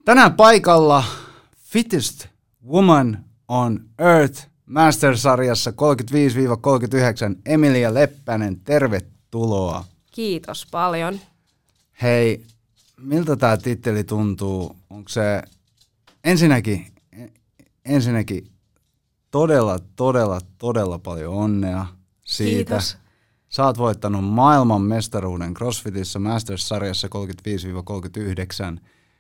Tänään paikalla Fittest Woman on Earth Masters-sarjassa 35-39 Emilia Leppänen. Tervetuloa. Kiitos paljon. Hei, miltä tämä titteli tuntuu? Onko se ensinnäkin todella paljon onnea siitä. Kiitos. Sä oot voittanut maailman mestaruuden CrossFitissa Masters-sarjassa 35-39.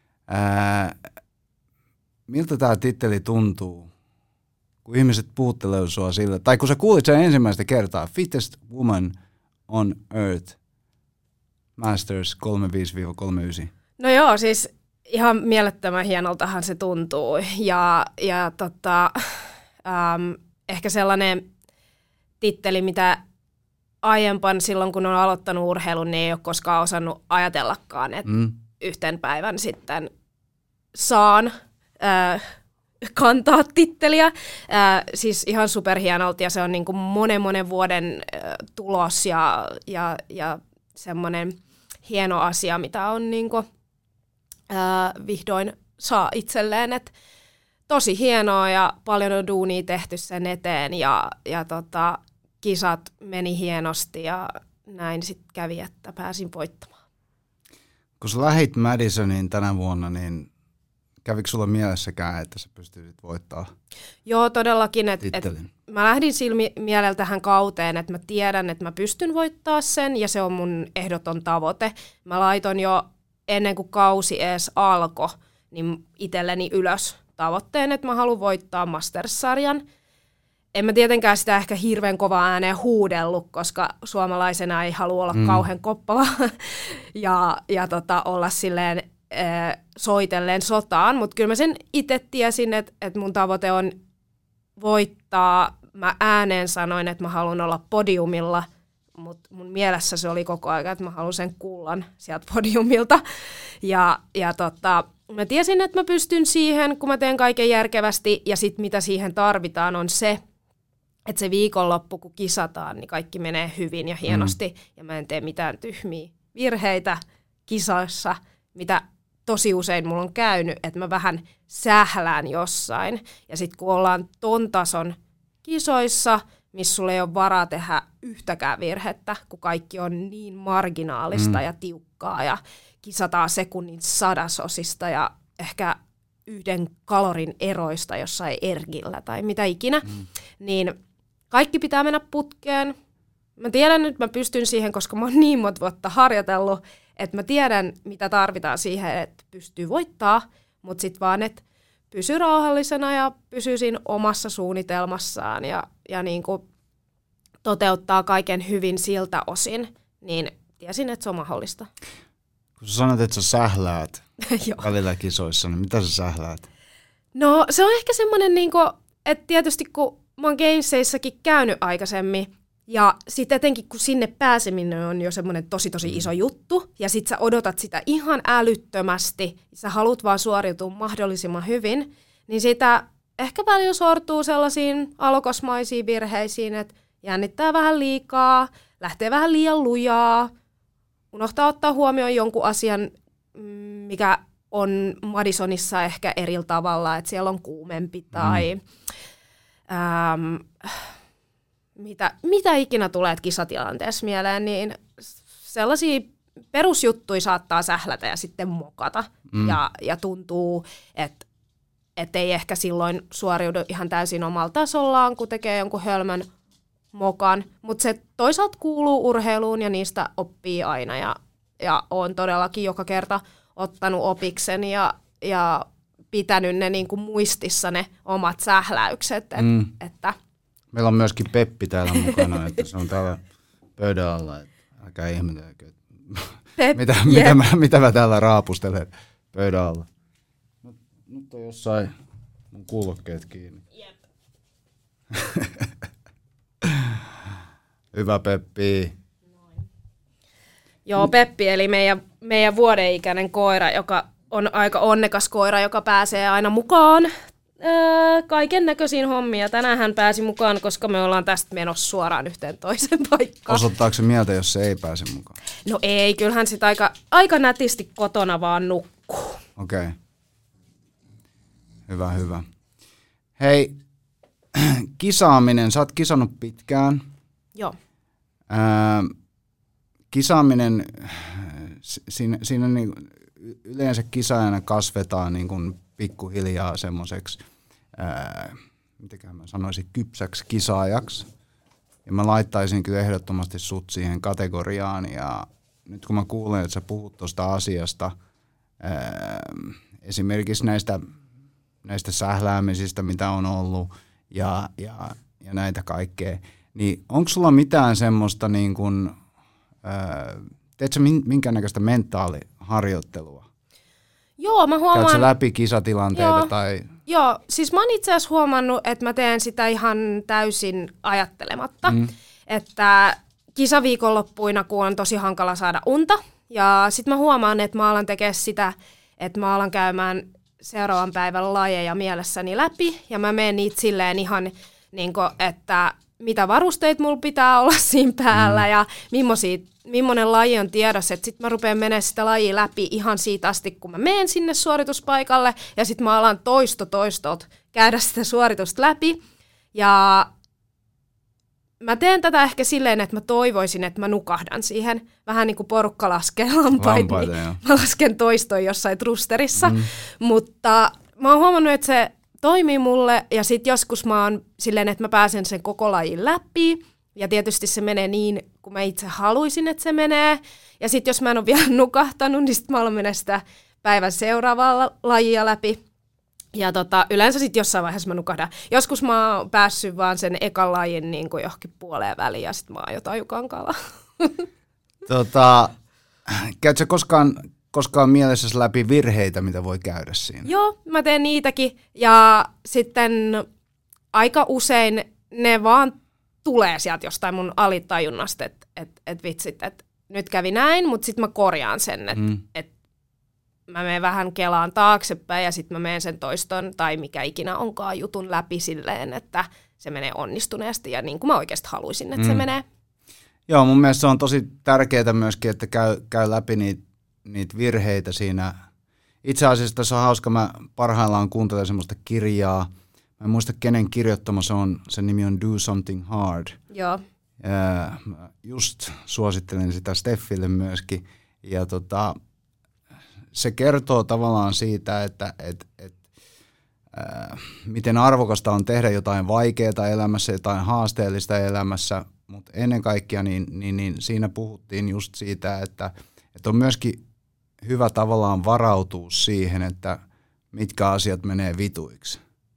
Miltä tämä titteli tuntuu, kun ihmiset puhuttelee sua sillä, tai kun sä kuulit sen ensimmäistä kertaa, Fittest Woman on Earth Masters 35-39? No joo, siis ihan mielettömän hienoltahan se tuntuu. Ja ehkä sellainen titteli, mitä aiempan silloin, kun on aloittanut urheilun, niin ei ole koskaan osannut ajatellakaan, että yhten päivän sitten saan kantaa titteliä. Siis ihan superhienolta ja se on niin kuin monen vuoden tulos ja semmoinen hieno asia, mitä on niin kuin, vihdoin saa itselleen. Et tosi hienoa ja paljon on duunia tehty sen eteen ja kisat meni hienosti ja näin sitten kävi, että pääsin voittamaan. Kun sä lähit Madisoniin tänä vuonna, niin kävikö sulla mielessäkään, että sä pystyisit voittamaan? Joo, todellakin. Tittelin? Mä lähdin mielellä tähän kauteen, että mä tiedän, että mä pystyn voittaa sen ja se on mun ehdoton tavoite. Mä laitoin jo ennen kuin kausi edes alkoi, niin itselleni ylös tavoitteen, että mä haluan voittaa Masters-sarjan. En mä tietenkään sitä ehkä hirveän kovaa ääneen huudellut, koska suomalaisena ei halua olla kauhean koppava ja olla silleen soitelleen sotaan, mutta kyllä mä sen itse tiesin, että mun tavoite on voittaa. Mä ääneen sanoin, että mä haluan olla podiumilla, mutta mun mielessä se oli koko ajan, että mä haluan sen kullan sieltä podiumilta. Ja mä tiesin, että mä pystyn siihen, kun mä teen kaiken järkevästi, ja sitten mitä siihen tarvitaan on se, että se viikonloppu, kun kisataan, niin kaikki menee hyvin ja hienosti, ja mä en tee mitään tyhmiä virheitä kisoissa, mitä tosi usein mulla on käynyt, että mä vähän sählään jossain. Ja sitten kun ollaan ton tason kisoissa, missä sulla ei ole varaa tehdä yhtäkään virhettä, kun kaikki on niin marginaalista ja tiukkaa ja kisataan sekunnin sadasosista ja ehkä 1 kalorin eroista jossain ergillä tai mitä ikinä, niin kaikki pitää mennä putkeen. Mä tiedän, että mä pystyn siihen, koska mä oon niin monta vuotta harjoitellut, että mä tiedän, mitä tarvitaan siihen, että pystyy voittaa, mutta sitten vaan, että pysyy rauhallisena ja pysyy siinä omassa suunnitelmassaan ja niin kuin toteuttaa kaiken hyvin siltä osin, niin tiesin, että se on mahdollista. Kun sä sanot, että sä sähläät välillä kisoissa, niin mitä sä sähläät? No se on ehkä semmoinen, niin kuin, että tietysti kun mä oon Gamesseissakin käynyt aikaisemmin, ja sitten etenkin, kun sinne pääseminen on jo semmoinen tosi iso juttu, ja sit sä odotat sitä ihan älyttömästi, sä haluat vaan suoriutua mahdollisimman hyvin, niin sitä ehkä välillä sortuu sellaisiin alokosmaisiin virheisiin, että jännittää vähän liikaa, lähtee vähän liian lujaa, unohtaa ottaa huomioon jonkun asian, mikä on Madisonissa ehkä eri tavalla, että siellä on kuumempi tai mitä ikinä tulee kisatilanteessa mieleen, niin sellaisia perusjuttuja saattaa sählätä ja sitten mokata. Ja tuntuu, että ei ehkä silloin suoriudu ihan täysin omalla tasollaan, kun tekee jonkun hölmön mokan. Mutta se toisaalta kuuluu urheiluun ja niistä oppii aina. Ja olen todellakin joka kerta ottanut opiksen ja pitänyt ne niin kuin muistissa ne omat sähläykset. Että meillä on myöskin Peppi täällä mukana, että se on täällä pöydän alla. Älkää ihmetelkö, mitä mä täällä raapustelen pöydän alla. Nyt on jossain mun kuulokkeet kiinni. Jep. Hyvä Peppi. Noin. Joo, Peppi eli meidän vuodenikäinen koira, joka on aika onnekas koira, joka pääsee aina mukaan kaiken näköisiin hommia. Tänään hän pääsi mukaan, koska me ollaan tästä menossa suoraan yhteen toisen paikkaan. Osoittaako se mieltä, jos se ei pääse mukaan? No ei, kyllähän sit aika nätisti kotona vaan nukkuu. Okei. Hyvä. Hei, kisaaminen. Sä oot kisannut pitkään. Joo. Kisaaminen, siinä niin, yleensä kisaajana kasvetaan niin kuin pikkuhiljaa semmoiseksi, mitenköhän mä sanoisin, kypsäksi kisaajaksi. Ja mä laittaisin kyllä ehdottomasti sut siihen kategoriaan. Ja nyt kun mä kuulen, että sä puhut tuosta asiasta, esimerkiksi näistä sähläämisistä, mitä on ollut, ja näitä kaikkea, niin onko sulla mitään semmoista, niin kuin, teetkö minkäännäköistä mentaaliharjoittelua? Joo, mä huomaan... Käytkö läpi kisatilanteita? Joo, tai... joo, siis mä oon itse asiassa huomannut, että mä teen sitä ihan täysin ajattelematta. Että kisaviikonloppuina, kun on tosi hankala saada unta, ja sit mä huomaan, että mä alan tekemään sitä, että mä alan käymään seuraavan päivän lajeja mielessäni läpi, ja mä menen niitä silleen ihan, niin kuin, että mitä varusteita mulla pitää olla siinä päällä, ja millainen laji on tiedossa, että sitten mä rupean menemään sitä lajia läpi ihan siitä asti, kun mä menen sinne suorituspaikalle, ja sitten mä alan toistot käydä sitä suoritusta läpi, ja mä teen tätä ehkä silleen, että mä toivoisin, että mä nukahdan siihen. Vähän niin kuin porukka laskee lampaita, niin mä lasken toistoja jossain trusterissa. Mutta mä oon huomannut, että se toimii mulle, ja sitten joskus mä oon silleen, että mä pääsen sen koko lajin läpi, ja tietysti se menee niin, kuin mä itse haluaisin, että se menee. Ja sitten jos mä en ole vielä nukahtanut, niin sitten mä alan mennä sitä päivän seuraavaa lajia läpi. Ja yleensä sitten jossain vaiheessa mä nukahdan. Joskus mä oon päässyt vaan sen ekan lajin niin kuin johonkin puoleen väliin, ja sitten mä oon jotain jukankalla. Käytkö koskaan mielessäsi läpi virheitä, mitä voi käydä siinä? Joo, mä teen niitäkin. Ja sitten aika usein ne vaan tulee sieltä jostain mun alitajunnasta, että vitsit, että nyt kävi näin, mutta sitten mä korjaan sen, että mä menen vähän kelaan taaksepäin ja sitten mä menen sen toiston tai mikä ikinä onkaan jutun läpi silleen, että se menee onnistuneesti ja niin kuin mä oikeasti haluaisin, että se menee. Joo, mun mielestä se on tosi tärkeää myöskin, että käy läpi niitä virheitä siinä. Itse asiassa tässä on hauska, mä parhaillaan kuuntelen semmoista kirjaa. Mä en muista kenen kirjoittama se on, sen nimi on Do Something Hard. Joo. Just suosittelen sitä Steffille myöskin. Ja se kertoo tavallaan siitä, että miten arvokasta on tehdä jotain vaikeaa elämässä, jotain haasteellista elämässä, mutta ennen kaikkea niin siinä puhuttiin just siitä, että on myöskin hyvä tavallaan varautua siihen, että mitkä asiat menee vituiksi.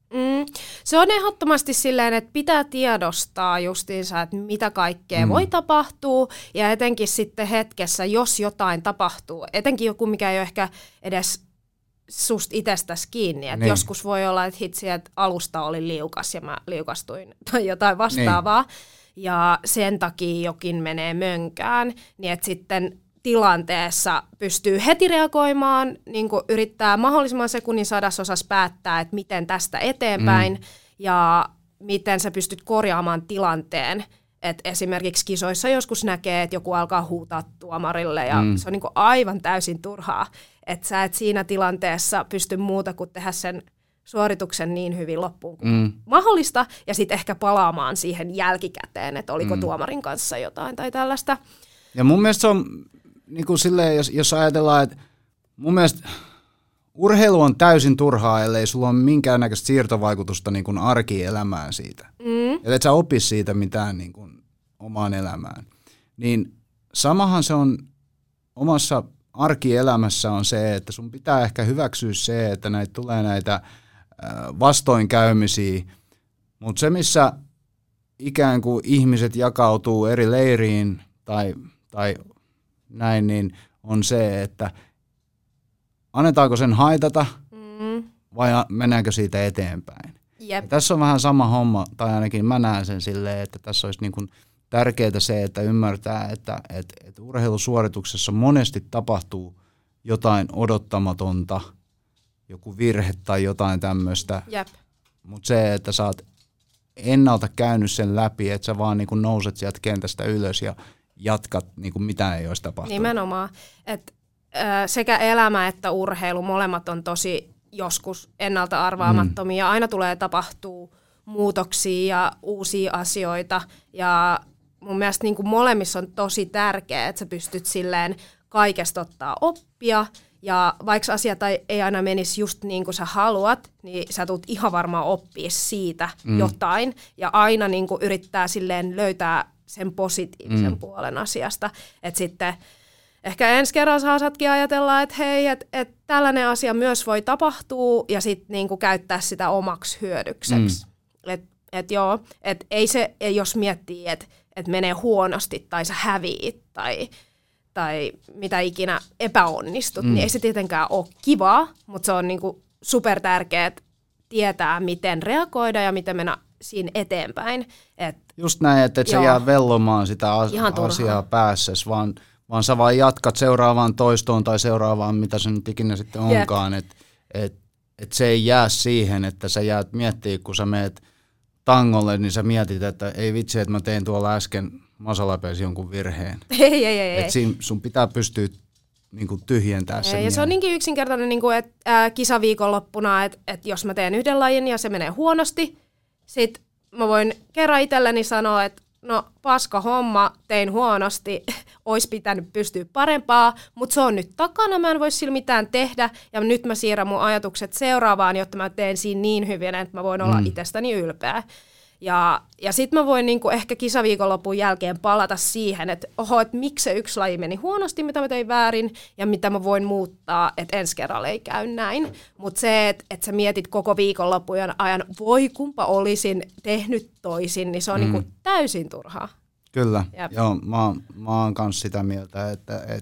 Se on ehdottomasti silleen, että pitää tiedostaa justiinsa, että mitä kaikkea voi tapahtua, ja etenkin sitten hetkessä, jos jotain tapahtuu, etenkin joku, mikä ei ole ehkä edes susta itsestäsi kiinni, että joskus voi olla, että hitsi, että alusta oli liukas ja mä liukastuin tai jotain vastaavaa, ja sen takia jokin menee mönkään, niin että sitten tilanteessa pystyy heti reagoimaan, niin kuin yrittää mahdollisimman sekunnin sadasosassa päättää, että miten tästä eteenpäin ja miten sä pystyt korjaamaan tilanteen. Et esimerkiksi kisoissa joskus näkee, että joku alkaa huutaa tuomarille ja se on niin kuin aivan täysin turhaa, että sä et siinä tilanteessa pysty muuta kuin tehdä sen suorituksen niin hyvin loppuun kuin mahdollista ja sitten ehkä palaamaan siihen jälkikäteen, että oliko tuomarin kanssa jotain tai tällaista. Ja mun mielestä se on niin kuin silleen, jos ajatellaan, että mun mielestä urheilu on täysin turhaa, ellei sulla ole minkäännäköistä siirtovaikutusta niin kuin arkielämään siitä. Ja et sä opi siitä mitään niin kuin omaan elämään. Niin samahan se on omassa arkielämässä on se, että sun pitää ehkä hyväksyä se, että tulee näitä vastoinkäymisiä, mutta se missä ikään kuin ihmiset jakautuu eri leiriin tai näin, niin on se, että annetaanko sen haitata vai mennäänkö siitä eteenpäin. Jep. Tässä on vähän sama homma, tai ainakin mä näen sen silleen, että tässä olisi niin kuin tärkeää se, että ymmärtää, että urheilusuorituksessa monesti tapahtuu jotain odottamatonta, joku virhe tai jotain tämmöistä. Mutta se, että sä oot ennalta käynyt sen läpi, että sä vaan niin kuin nouset sieltä kentästä ylös ja jatkat niin kuin mitään ei olisi tapahtunut. Nimenomaan. Sekä elämä että urheilu, molemmat on tosi joskus ennalta arvaamattomia. Aina tulee tapahtuu muutoksia ja uusia asioita. Ja mun mielestä niin kuin molemmissa on tosi tärkeää, että sä pystyt silleen kaikesta ottaa oppia. Ja vaikka asiat ei aina menisi just niin kuin sä haluat, niin sä tulet ihan varmaan oppia siitä jotain. Ja aina niin kuin yrittää silleen löytää sen positiivisen puolen asiasta. Että sitten ehkä ensi kerran saatkin ajatella, että hei, että tällainen asia myös voi tapahtua ja sitten niinku käyttää sitä omaksi hyödykseksi. Että ei se, jos miettii, että menee huonosti tai sä häviit tai mitä ikinä epäonnistut, niin ei se tietenkään ole kivaa, mutta se on niinku super tärkeää tietää, miten reagoida ja miten mennä siinä eteenpäin. Just näin, että et sä jää vellomaan sitä asiaa päässäsi, vaan sä vaan jatkat seuraavaan toistoon tai seuraavaan, mitä se nyt ikinä sitten onkaan. Että se ei jää siihen, että sä jäät miettimään, kun sä meet tangolle, niin sä mietit, että ei vitsi, että mä tein tuolla äsken masalapeesi jonkun virheen. Ei. Että sun pitää pystyä niinku tyhjentämään sen. Ja se on niinkin yksinkertainen, niinku, että kisaviikonloppuna, että jos mä teen yhden lajin ja se menee huonosti, sit mä voin kerran itselleni sanoa, että no paska homma, tein huonosti, olisi pitänyt pystyä parempaa, mutta se on nyt takana, mä en voi sillä mitään tehdä, ja nyt mä siirrän mun ajatukset seuraavaan, jotta mä teen siinä niin hyvin, että mä voin olla itsestäni ylpeä. Ja sitten mä voin niinku ehkä kisaviikonlopun jälkeen palata siihen, että miksi se yksi laji meni huonosti, mitä mä tein väärin, ja mitä mä voin muuttaa, että ensi kerralla ei käy näin. Mutta se, että sä mietit koko viikonlopun ajan, voi kumpa olisin tehnyt toisin, niin se on niinku täysin turhaa. Kyllä, joo, mä oon kanssa sitä mieltä, että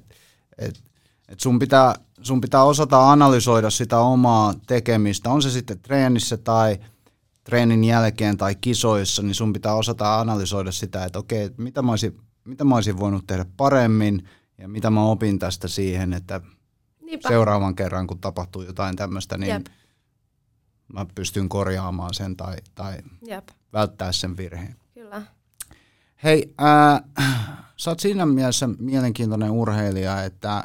sun pitää osata analysoida sitä omaa tekemistä, on se sitten treenissä tai treenin jälkeen tai kisoissa, niin sun pitää osata analysoida sitä, että okei, mitä mä olisin voinut tehdä paremmin ja mitä mä opin tästä siihen, että seuraavan kerran, kun tapahtuu jotain tämmöistä, niin mä pystyn korjaamaan sen tai välttää sen virheen. Kyllä. Hei, sä oot siinä mielessä mielenkiintoinen urheilija, että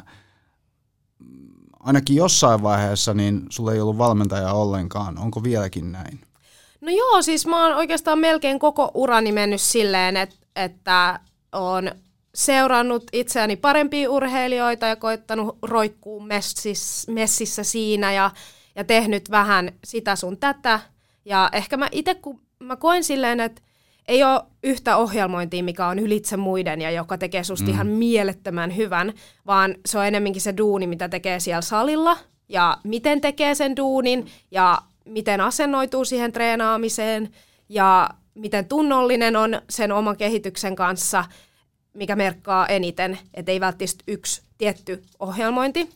ainakin jossain vaiheessa niin sulla ei ollut valmentajaa ollenkaan. Onko vieläkin näin? No joo, siis mä oon oikeastaan melkein koko urani mennyt silleen, että oon seurannut itseäni parempia urheilijoita ja koittanut roikkuu messissä siinä ja tehnyt vähän sitä sun tätä. Ja ehkä mä itse, kun mä koen silleen, että ei ole yhtä ohjelmointia, mikä on ylitse muiden ja joka tekee susta ihan mielettömän hyvän, vaan se on enemmänkin se duuni, mitä tekee siellä salilla ja miten tekee sen duunin ja miten asennoituu siihen treenaamiseen ja miten tunnollinen on sen oman kehityksen kanssa, mikä merkkaa eniten, että ei välttämättä yksi tietty ohjelmointi.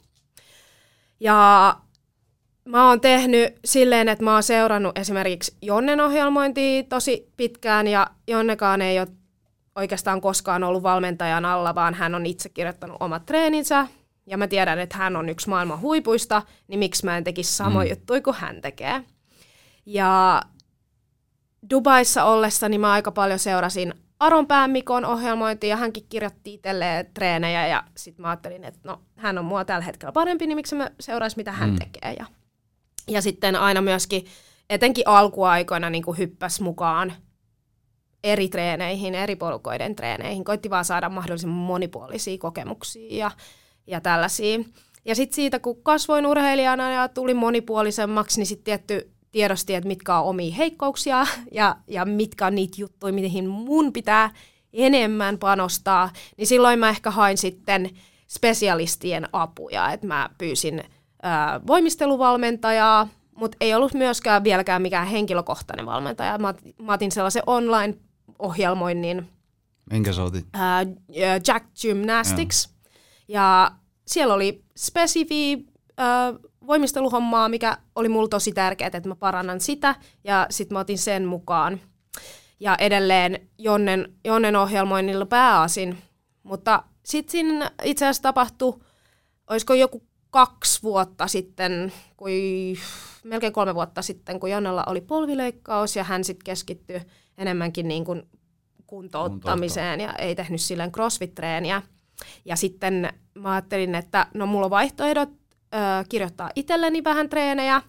Ja mä oon tehnyt silleen, että mä oon seurannut esimerkiksi Jonnen ohjelmointia tosi pitkään ja Jonnekaan ei ole oikeastaan koskaan ollut valmentajan alla, vaan hän on itse kirjoittanut omat treeninsä. Ja mä tiedän, että hän on yksi maailman huipuista, niin miksi mä en tekisi samoja juttuja kuin hän tekee. Ja Dubaissa ollessani mä aika paljon seurasin Aronpään Mikon ohjelmointia ja hänkin kirjoitti itselleen treenejä ja sitten mä ajattelin, että no hän on mua tällä hetkellä parempi, niin miksi mä seuraisin mitä hän tekee. Ja sitten aina myöskin etenkin alkuaikoina niin kuin hyppäs mukaan eri treeneihin, eri porukoiden treeneihin. Koitti vaan saada mahdollisimman monipuolisia kokemuksia ja tällaisia. Ja sitten siitä, kun kasvoin urheilijana ja tulin monipuolisemmaksi, niin sitten tietty tiedosti, että mitkä on omia heikkouksia ja mitkä on niitä juttuja, mihin mun pitää enemmän panostaa. Niin silloin mä ehkä hain sitten spesialistien apuja, että mä pyysin voimisteluvalmentajaa, mutta ei ollut myöskään vieläkään mikään henkilökohtainen valmentaja. Mä otin sellaisen online-ohjelmoinnin. Minkä sä otit? Jack Gymnastics. Ja siellä oli spesifi voimisteluhommaa, mikä oli mulla tosi tärkeää, että mä parannan sitä. Ja sitten mä otin sen mukaan. Ja edelleen Jonnen ohjelmoinnilla pääasin. Mutta sitten siinä itse asiassa tapahtui, olisiko joku 2 vuotta sitten, melkein 3 vuotta sitten, kun Jonnella oli polvileikkaus ja hän sitten keskittyi enemmänkin niin kuin kuntouttamiseen ja ei tehnyt silleen crossfit-treeniä. Ja sitten mä ajattelin, että no mulla on vaihtoehdot kirjoittaa itselleni vähän treenejä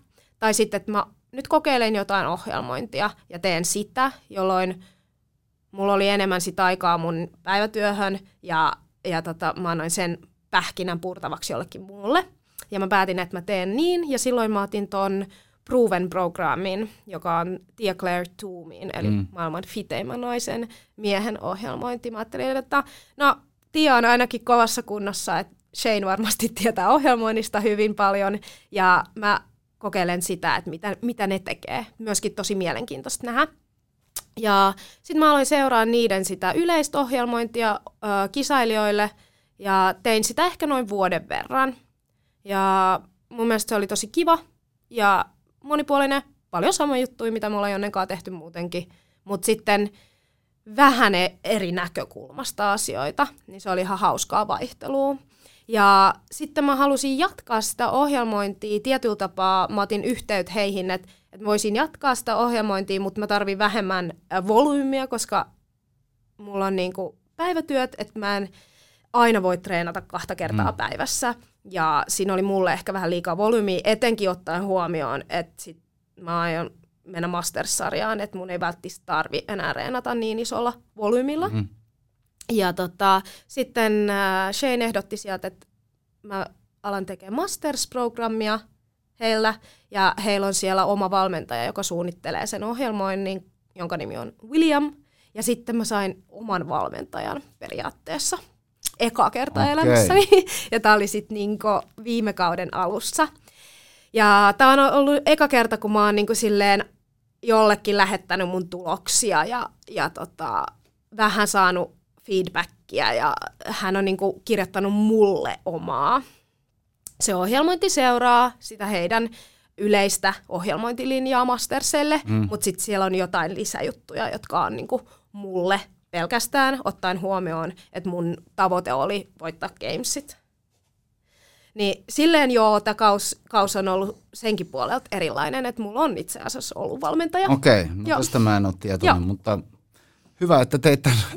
tai sitten, että mä nyt kokeilen jotain ohjelmointia ja teen sitä, jolloin mulla oli enemmän sitä aikaa mun päivätyöhön ja mä annoin sen pähkinän purtavaksi jollekin muulle. Ja mä päätin, että mä teen niin, ja silloin mä otin ton Proven Programmin, joka on Tia Claire Toomin, eli maailman fiteimmän naisen miehen ohjelmointi. Mä ajattelin, että no, Tia on ainakin kovassa kunnossa, että Shane varmasti tietää ohjelmoinnista hyvin paljon, ja mä kokeilen sitä, että mitä ne tekee. Myöskin tosi mielenkiintoista nähdä. Ja sitten mä aloin seuraa niiden sitä yleistä ohjelmointia kisailijoille, ja tein sitä ehkä noin vuoden verran. Ja mun mielestä se oli tosi kiva ja monipuolinen, paljon samoja juttuja, mitä me ollaan Jonnenkaan tehty muutenkin, mutta sitten vähän eri näkökulmasta asioita, niin se oli ihan hauskaa vaihtelua. Ja sitten mä halusin jatkaa sitä ohjelmointia tietyllä tapaa, mä otin yhteyttä heihin, että voisin jatkaa sitä ohjelmointia, mutta mä tarvin vähemmän volyymiä, koska mulla on niinku päivätyöt, että mä en aina voi treenata 2 kertaa päivässä. Ja siinä oli mulle ehkä vähän liikaa volyymiä, etenkin ottaen huomioon, että sit mä aion mennä Masters-sarjaan, että mun ei välttämättä tarvi enää reenata niin isolla volyymilla. Ja sitten Shane ehdotti sieltä, että mä alan tekemään Masters-programmia heillä, ja heillä on siellä oma valmentaja, joka suunnittelee sen ohjelmoinnin, jonka nimi on William, ja sitten mä sain oman valmentajan periaatteessa. Eka kerta elämässäni, ja tämä oli sitten niinku viime kauden alussa. Ja tämä on ollut eka kerta, kun mä oon niinku silleen jollekin lähettänyt mun tuloksia ja vähän saanut feedbackia, ja hän on niinku kirjoittanut mulle omaa. Se ohjelmointi seuraa sitä heidän yleistä ohjelmointilinjaa Masterselle, mutta sitten siellä on jotain lisäjuttuja, jotka on niinku mulle pelkästään ottaen huomioon, että mun tavoite oli voittaa Gamesit. Niin silleen tämä kaus on ollut senkin puolelta erilainen, että mulla on itse asiassa ollut valmentaja. Okei, no tästä mä en ole tietoinen, mutta hyvä, että teit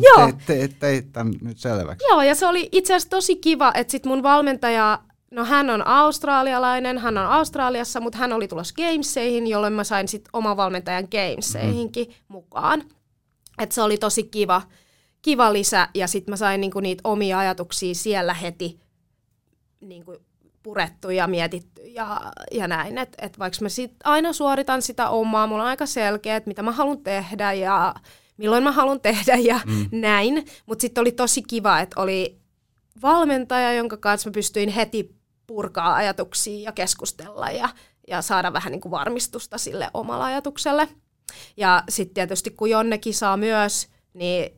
tämän nyt selväksi. Joo, ja se oli itse asiassa tosi kiva, että sit mun valmentaja, no hän on australialainen, hän on Australiassa, mutta hän oli tulossa Gameseihin, jolloin mä sain sit oman valmentajan Gameseihinkin mukaan. Että se oli tosi kiva lisä, ja sitten mä sain niinku niitä omia ajatuksia siellä heti niinku purettu ja mietitty ja näin. Että vaikka mä sit aina suoritan sitä omaa, mulla on aika selkeä, että mitä mä haluan tehdä ja milloin mä haluan tehdä ja näin. Mutta sitten oli tosi kiva, että oli valmentaja, jonka kanssa mä pystyin heti purkaa ajatuksia ja keskustella ja saada vähän niinku varmistusta sille omalle ajatukselle. Ja sitten tietysti kun Jonne kisaa myös, niin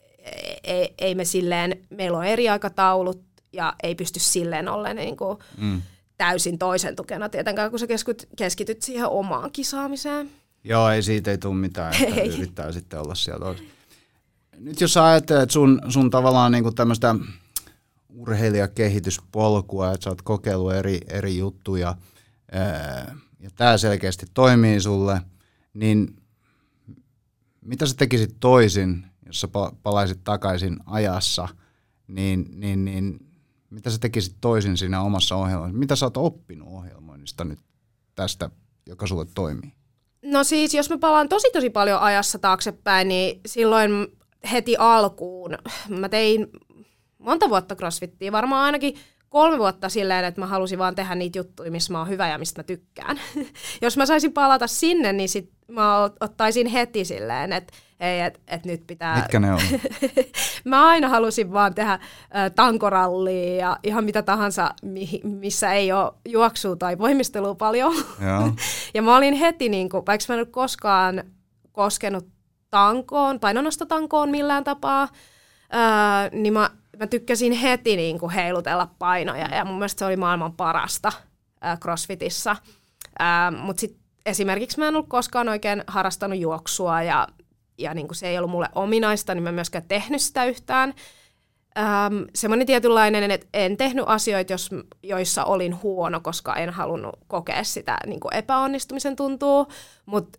ei me silleen, meillä on eri aikataulut ja ei pysty silleen ollen niin kuin täysin toisen tukena tietenkään, kun sä keskityt siihen omaan kisaamiseen. Joo, siitä ei tule mitään, että yrittää sitten olla siellä. Nyt jos sä ajattelet sun tavallaan niin kuin tämmöistä urheilijakehityspolkua, että sä oot kokeillut eri juttuja ja tää selkeästi toimii sulle, niin mitä sä tekisit toisin, jos sä palaisit takaisin ajassa, niin mitä sä tekisit toisin siinä omassa ohjelmassa? Mitä sä oot oppinut ohjelmoinnista nyt tästä, joka sulle toimii? No siis, jos mä palaan tosi paljon ajassa taaksepäin, niin silloin heti alkuun mä tein monta vuotta crossfittiä, varmaan ainakin 3 vuotta silleen, että mä halusin vaan tehdä niitä juttuja, missä mä oon hyvä ja mistä mä tykkään. Jos mä saisin palata sinne, niin sit mä ottaisin heti silleen, että hei, et nyt pitää... Mitkä ne on? Mä aina halusin vaan tehdä tankorallia ja ihan mitä tahansa, missä ei ole juoksua tai voimistelua paljon. Ja mä olin heti, niin kun, vaikka mä en ole koskaan koskenut tankoon, painonnostotankoon millään tapaa, niin mä tykkäsin heti niin kuin heilutella painoja ja mun mielestä se oli maailman parasta CrossFitissa. Mutta sitten esimerkiksi mä en ollut koskaan oikein harrastanut juoksua ja niin kuin se ei ollut mulle ominaista, niin mä en myöskään tehnyt sitä yhtään. Semmoinen tietynlainen, että en tehnyt asioita, joissa olin huono, koska en halunnut kokea sitä niin kuin epäonnistumisen tuntua, mutta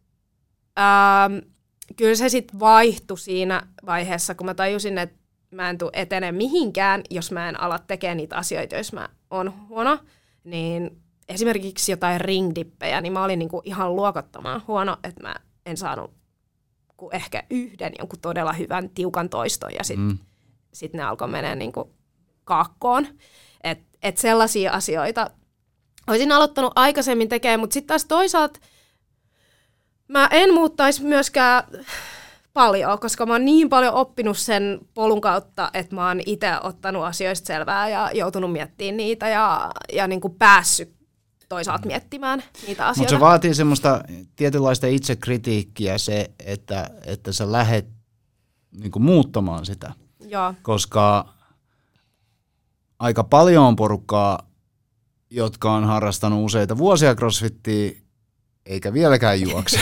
kyllä se sitten vaihtui siinä vaiheessa, kun mä tajusin, että mä en tule etene mihinkään, jos mä en ala tekemään niitä asioita, jos mä oon huono, niin esimerkiksi jotain ringdippejä, niin mä olin niinku ihan luokattoman huono, että mä en saanut kuin ehkä yhden jonkun todella hyvän tiukan toiston ja sit ne alkoi mennä niinku kaakkoon. Et sellaisia asioita olisin aloittanut aikaisemmin tekemään, mutta sitten taas toisaalta mä en muuttaisi myöskään paljon, koska mä oon niin paljon oppinut sen polun kautta, että mä oon itse ottanut asioista selvää ja joutunut miettimään niitä ja niin kuin päässyt toisaalta miettimään niitä asioita. Mutta se vaatii semmoista tietynlaista itsekritiikkiä se, että sä lähet niin kuin muuttamaan sitä. Joo. Koska aika paljon on porukkaa, jotka on harrastanut useita vuosia crossfittiä, eikä vieläkään juokse.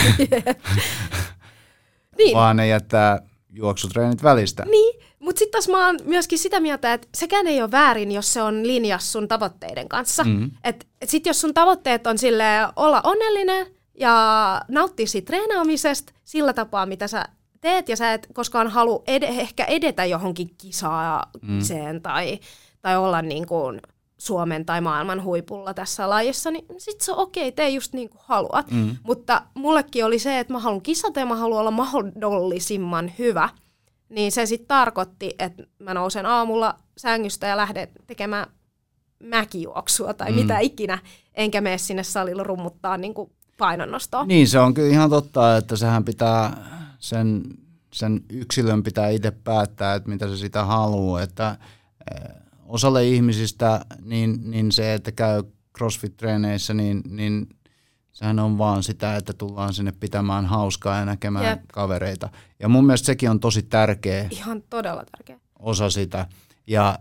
Niin. Vaan ne jättää juoksutreenit välistä. Niin, mutta sitten taas mä oon myöskin sitä mieltä, että sekään ei ole väärin, jos se on linjassa sun tavoitteiden kanssa. Mm-hmm. Et sitten jos sun tavoitteet on silleen olla onnellinen ja nauttia siitä treenaamisesta sillä tapaa, mitä sä teet, ja sä et koskaan halua ehkä edetä johonkin kisaan tai olla niin kuin Suomen tai maailman huipulla tässä lajissa, niin sit se on okei, tee just niin kuin haluat. Mutta mullekin oli se, että mä haluan kisata ja mä haluan olla mahdollisimman hyvä. Niin se sitten tarkoitti, että mä nousen aamulla sängystä ja lähden tekemään mäkijuoksua tai mitä ikinä, enkä mene sinne salilla rummuttaa niin kuin painonnostoa. Niin, se on kyllä ihan totta, että sehän pitää sen yksilön pitää itse päättää, että mitä se sitä haluaa, että osalle ihmisistä niin se, että käy CrossFit-treeneissä, niin sehän on vaan sitä, että tullaan sinne pitämään hauskaa ja näkemään kavereita. Ja mun mielestä sekin on tosi tärkeä. Ihan todella tärkeä. Osa sitä. Ja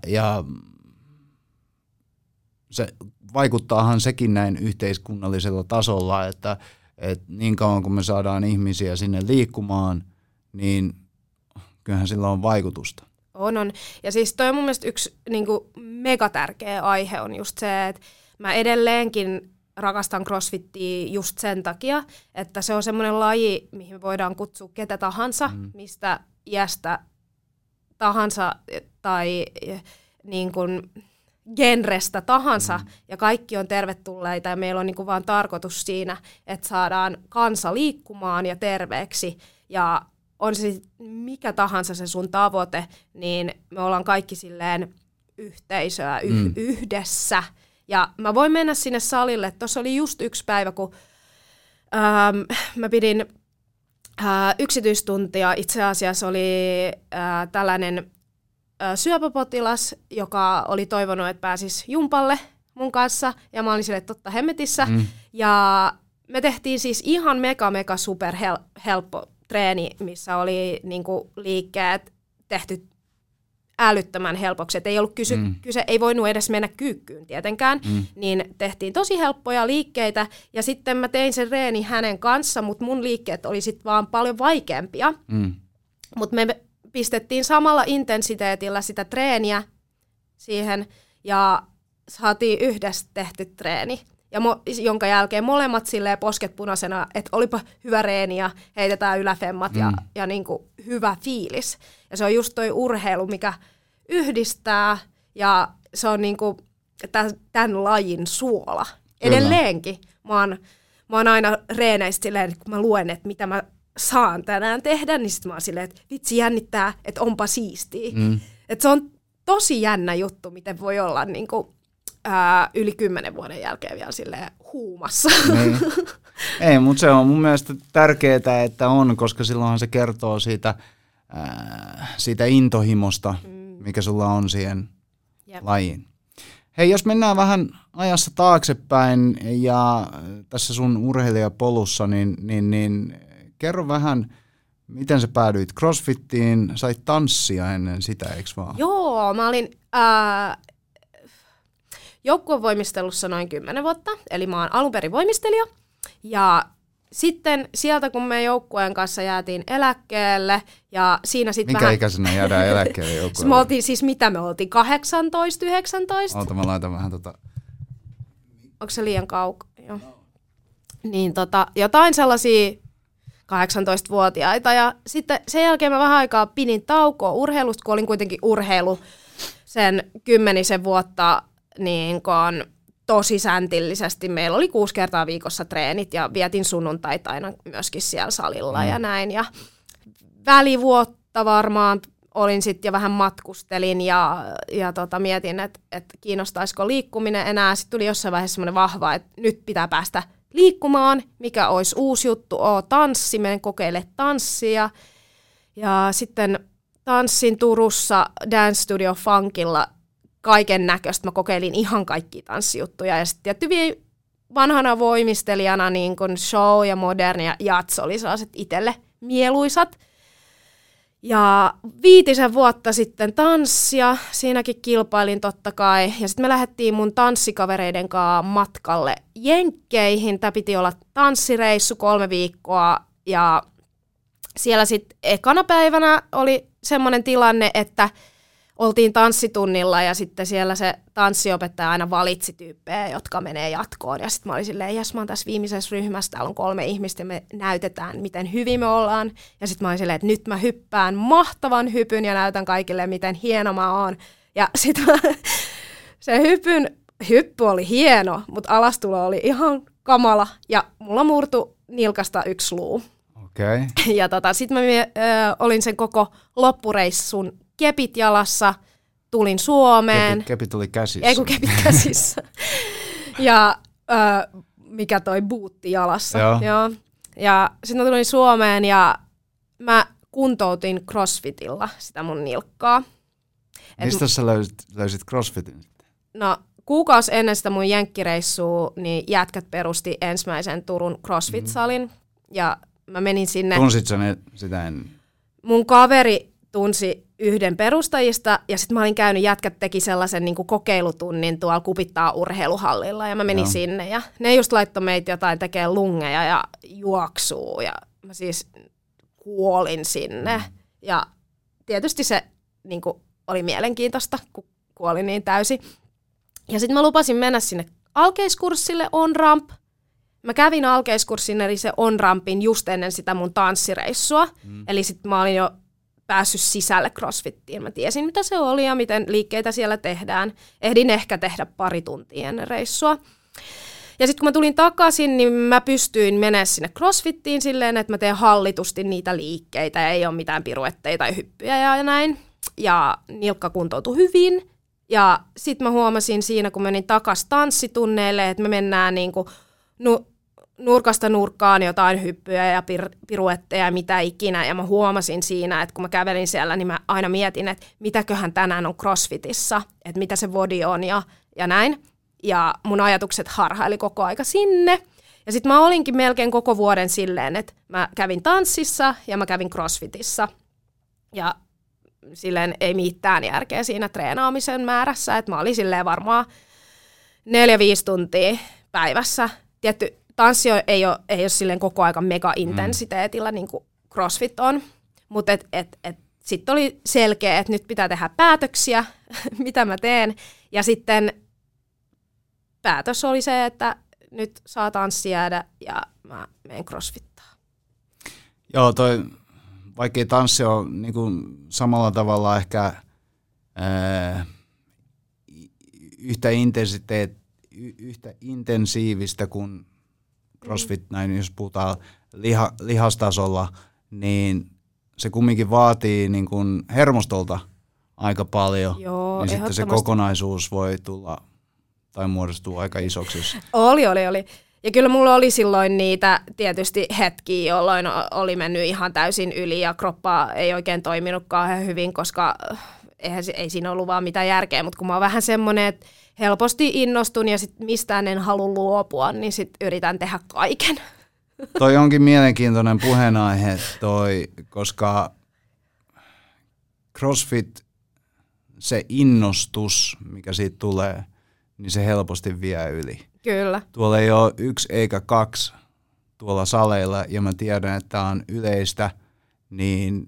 se vaikuttaahan sekin näin yhteiskunnallisella tasolla, että niin kauan kun me saadaan ihmisiä sinne liikkumaan, niin kyllähän sillä on vaikutusta. On. Ja siis toi on mun mielestä yksi niin kuin megatärkeä aihe on just se, että mä edelleenkin rakastan CrossFittiä just sen takia, että se on semmoinen laji, mihin voidaan kutsua ketä tahansa, mistä iästä tahansa tai niin kuin genrestä tahansa, ja kaikki on tervetulleita, ja meillä on niin kuin vaan tarkoitus siinä, että saadaan kansa liikkumaan ja terveeksi, ja on se mikä tahansa se sun tavoite, niin me ollaan kaikki silleen yhteisöä yhdessä. Ja mä voin mennä sinne salille. Tuossa oli just yksi päivä, kun mä pidin yksityistuntia. Itse asiassa oli tällainen syöpäpotilas, joka oli toivonut, että pääsisi jumpalle mun kanssa. Ja mä olin silleen, että totta hemmetissä. Ja me tehtiin siis ihan mega super helppo treeni, missä oli niinku liikkeet tehty älyttömän helpoksi. Et ei ollut kyse, ei voinut edes mennä kyykkyyn tietenkään, niin tehtiin tosi helppoja liikkeitä, ja sitten mä tein sen reeni hänen kanssa, mutta mun liikkeet oli sitten vaan paljon vaikeampia. Mutta me pistettiin samalla intensiteetillä sitä treeniä siihen, ja saatiin yhdessä tehty treeni. Ja jonka jälkeen molemmat silleen posket punaisena, että olipa hyvä reeni ja heitetään yläfemmat ja niinku hyvä fiilis. Ja se on just toi urheilu, mikä yhdistää, ja se on niinku tämän lajin suola. Edelleenkin mä oon aina reeneistä silleen, kun mä luen, että mitä mä saan tänään tehdä, niin sit mä oon silleen, että vitsi jännittää, että onpa siistiä. Että se on tosi jännä juttu, miten voi olla niinku yli 10 vuoden jälkeen vielä silleen huumassa. Niin. Ei, mutta se on mun mielestä tärkeää, että on, koska silloinhan se kertoo siitä intohimosta, mikä sulla on siihen lajiin. Hei, jos mennään vähän ajassa taaksepäin ja tässä sun urheilijapolussa, niin kerro vähän, miten sä päädyit CrossFittiin, sait tanssia ennen sitä, eikö vaan? Joo, mä olin joukkuevoimistelussa noin 10 vuotta, eli mä oon alun perin voimistelija. Ja sitten sieltä, kun me joukkueen kanssa jäätiin eläkkeelle, ja siinä sitten Minkä ikäisenä jäädään eläkkeelle joukkueelle? Me oltiin siis, mitä me oltiin, 18, 19? Ota, mä laitan vähän Onko se liian kaukaa? Joo. Niin jotain sellaisia 18-vuotiaita, ja sitten sen jälkeen mä vähän aikaa pidin taukoa urheilusta, kun olin kuitenkin urheilu sen 10 vuotta niin kun tosi säntillisesti. Meillä oli 6 kertaa viikossa treenit ja vietin sunnuntaita aina myöskin siellä salilla ja näin. Ja välivuotta varmaan olin sitten ja vähän matkustelin ja mietin, että kiinnostaisiko liikkuminen enää. Sitten tuli jossain vaiheessa semmoinen vahva, että nyt pitää päästä liikkumaan, mikä olisi uusi juttu, tanssi, menen kokeile tanssia. Ja sitten tanssin Turussa Dance Studio Funkilla kaiken näköistä. Mä kokeilin ihan kaikkia tanssijuttuja ja sitten tietty vanhana voimistelijana niin kun show ja moderni ja jats oli sellaiset itselle mieluisat. Ja 5 vuotta sitten tanssia, siinäkin kilpailin totta kai. Ja sitten me lähdettiin mun tanssikavereiden kanssa matkalle Jenkkeihin. Tämä piti olla tanssireissu 3 viikkoa. Ja siellä sitten ekana päivänä oli semmoinen tilanne, että oltiin tanssitunnilla ja sitten siellä se tanssiopettaja aina valitsi tyyppejä, jotka menee jatkoon. Ja sitten mä olin silleen, jes, mä oon tässä viimeisessä ryhmässä, täällä on 3 ihmistä ja me näytetään, miten hyvin me ollaan. Ja sitten mä olin silleen, että nyt mä hyppään mahtavan hypyn ja näytän kaikille, miten hieno mä oon. Ja sitten se hyppy oli hieno, mutta alastulo oli ihan kamala ja mulla murtui nilkasta 1 luu. Okay. Ja sitten mä olin sen koko loppureissun kepit jalassa, tulin Suomeen. Kepit oli käsissä. Ei kun kepit käsissä. Ja mikä toi buutti jalassa. Joo. Ja sitten mä tulin Suomeen ja mä kuntoutin CrossFitilla sitä mun nilkkaa. Mistä sä löysit CrossFitin? No kuukausi ennen sitä mun jenkkireissua, niin jätkät perusti ensimmäisen Turun CrossFit-salin. Ja mä menin sinne. Tunsit sä sitä ennen? Mun kaveri tunsi yhden perustajista, ja sitten mä olin käynyt, jätkät teki sellaisen niin kuin kokeilutunnin tuolla Kupittaa urheiluhallilla, ja mä menin sinne, ja ne just laittoi meitä jotain tekee lungeja ja juoksuu, ja mä siis kuolin sinne. Ja tietysti se niin kuin oli mielenkiintoista, kun kuolin niin täysin. Ja sitten mä lupasin mennä sinne alkeiskurssille on-ramp. Mä kävin alkeiskurssin, eli se on-rampin just ennen sitä mun tanssireissua, eli sitten mä olin jo päässyt sisälle CrossFittiin. Mä tiesin, mitä se oli ja miten liikkeitä siellä tehdään. Ehdin ehkä tehdä 2 tuntia ennen reissua. Ja sitten kun mä tulin takaisin, niin mä pystyin menemään sinne CrossFittiin silleen, että mä teen hallitusti niitä liikkeitä ja ei ole mitään piruetteja tai hyppyjä ja näin. Ja nilkka kuntoutui hyvin. Ja sitten mä huomasin siinä, kun menin takaisin tanssitunneille, että me mennään niinku nurkasta nurkkaan jotain hyppyjä ja piruetteja ja mitä ikinä. Ja mä huomasin siinä, että kun mä kävelin siellä, niin mä aina mietin, että mitäköhän tänään on CrossFitissa, että mitä se body on ja näin. Ja mun ajatukset harhaili koko aika sinne. Ja sit mä olinkin melkein koko vuoden silleen, että mä kävin tanssissa ja mä kävin CrossFitissa. Ja silleen ei mitään järkeä siinä treenaamisen määrässä, että mä olin silleen varmaan 4-5 tuntia päivässä. Tietty tanssi ei ole silleen koko aika mega-intensiteetillä, niin kuin CrossFit on, mutta sitten oli selkeä, että nyt pitää tehdä päätöksiä, mitä mä teen, ja sitten päätös oli se, että nyt saa tanssi jäädä, ja mä menen CrossFittaan. Joo, vaikkei tanssi ole niin kuin samalla tavalla ehkä yhtä intensiivistä kuin CrossFit, näin jos puhutaan lihastasolla, niin se kumminkin vaatii niin kuin hermostolta aika paljon. Joo, niin sitten se kokonaisuus voi tulla tai muodostua aika isoksi. Oli. Ja kyllä mulla oli silloin niitä tietysti hetkiä, jolloin oli mennyt ihan täysin yli ja kroppa ei oikein toiminut kauhean hyvin, koska ei siinä ollut vaan mitään järkeä, mutta kun mä oon vähän semmoinen, että helposti innostun ja sit mistään en halua luopua, niin sit yritän tehdä kaiken. Toi onkin mielenkiintoinen puheenaihe koska CrossFit, se innostus, mikä siitä tulee, niin se helposti vie yli. Kyllä. Tuolla ei ole 1 eikä 2 tuolla saleilla, ja mä tiedän, että tämä on yleistä, niin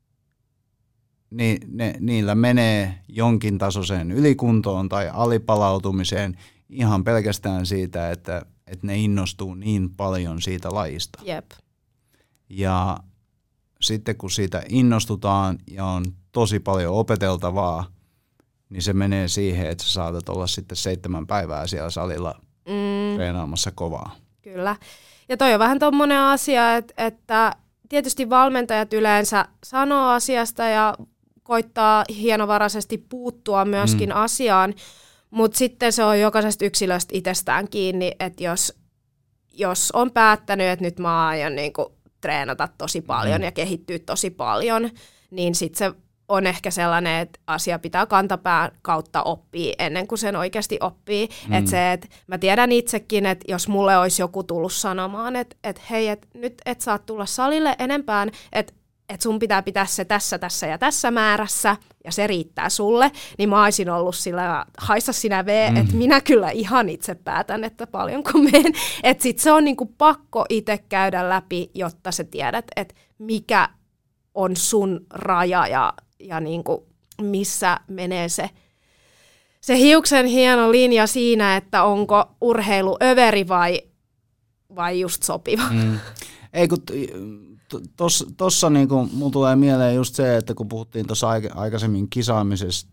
niillä menee jonkin tasoiseen ylikuntoon tai alipalautumiseen ihan pelkästään siitä, että ne innostuu niin paljon siitä lajista. Jep. Ja sitten kun siitä innostutaan ja on tosi paljon opeteltavaa, niin se menee siihen, että sä saatat olla sitten 7 päivää siellä salilla treenaamassa kovaa. Kyllä. Ja toi on vähän tommonen asia, että tietysti valmentajat yleensä sanoo asiasta ja koittaa hienovaraisesti puuttua myöskin asiaan, mutta sitten se on jokaisesta yksilöstä itsestään kiinni, että jos on päättänyt, että nyt mä aion niinku treenata tosi paljon ja kehittyä tosi paljon, niin sitten se on ehkä sellainen, että asia pitää kantapään kautta oppia ennen kuin sen oikeasti oppii. Että se, että mä tiedän itsekin, että jos mulle olisi joku tullut sanomaan, että hei, että nyt et saa tulla salille enempään, että sun pitää pitää se tässä ja tässä määrässä, ja se riittää sulle, niin mä olisin ollut sillä, haissa sinä että minä kyllä ihan itse päätän, että paljonko menen. Että sit se on niinku pakko itse käydä läpi, jotta sä tiedät, että mikä on sun raja ja niinku missä menee se hiuksen hieno linja siinä, että onko urheilu överi vai just sopiva. Ei kun tossa niinku mulla tulee mieleen just se, että kun puhuttiin tuossa aikaisemmin kisaamisesta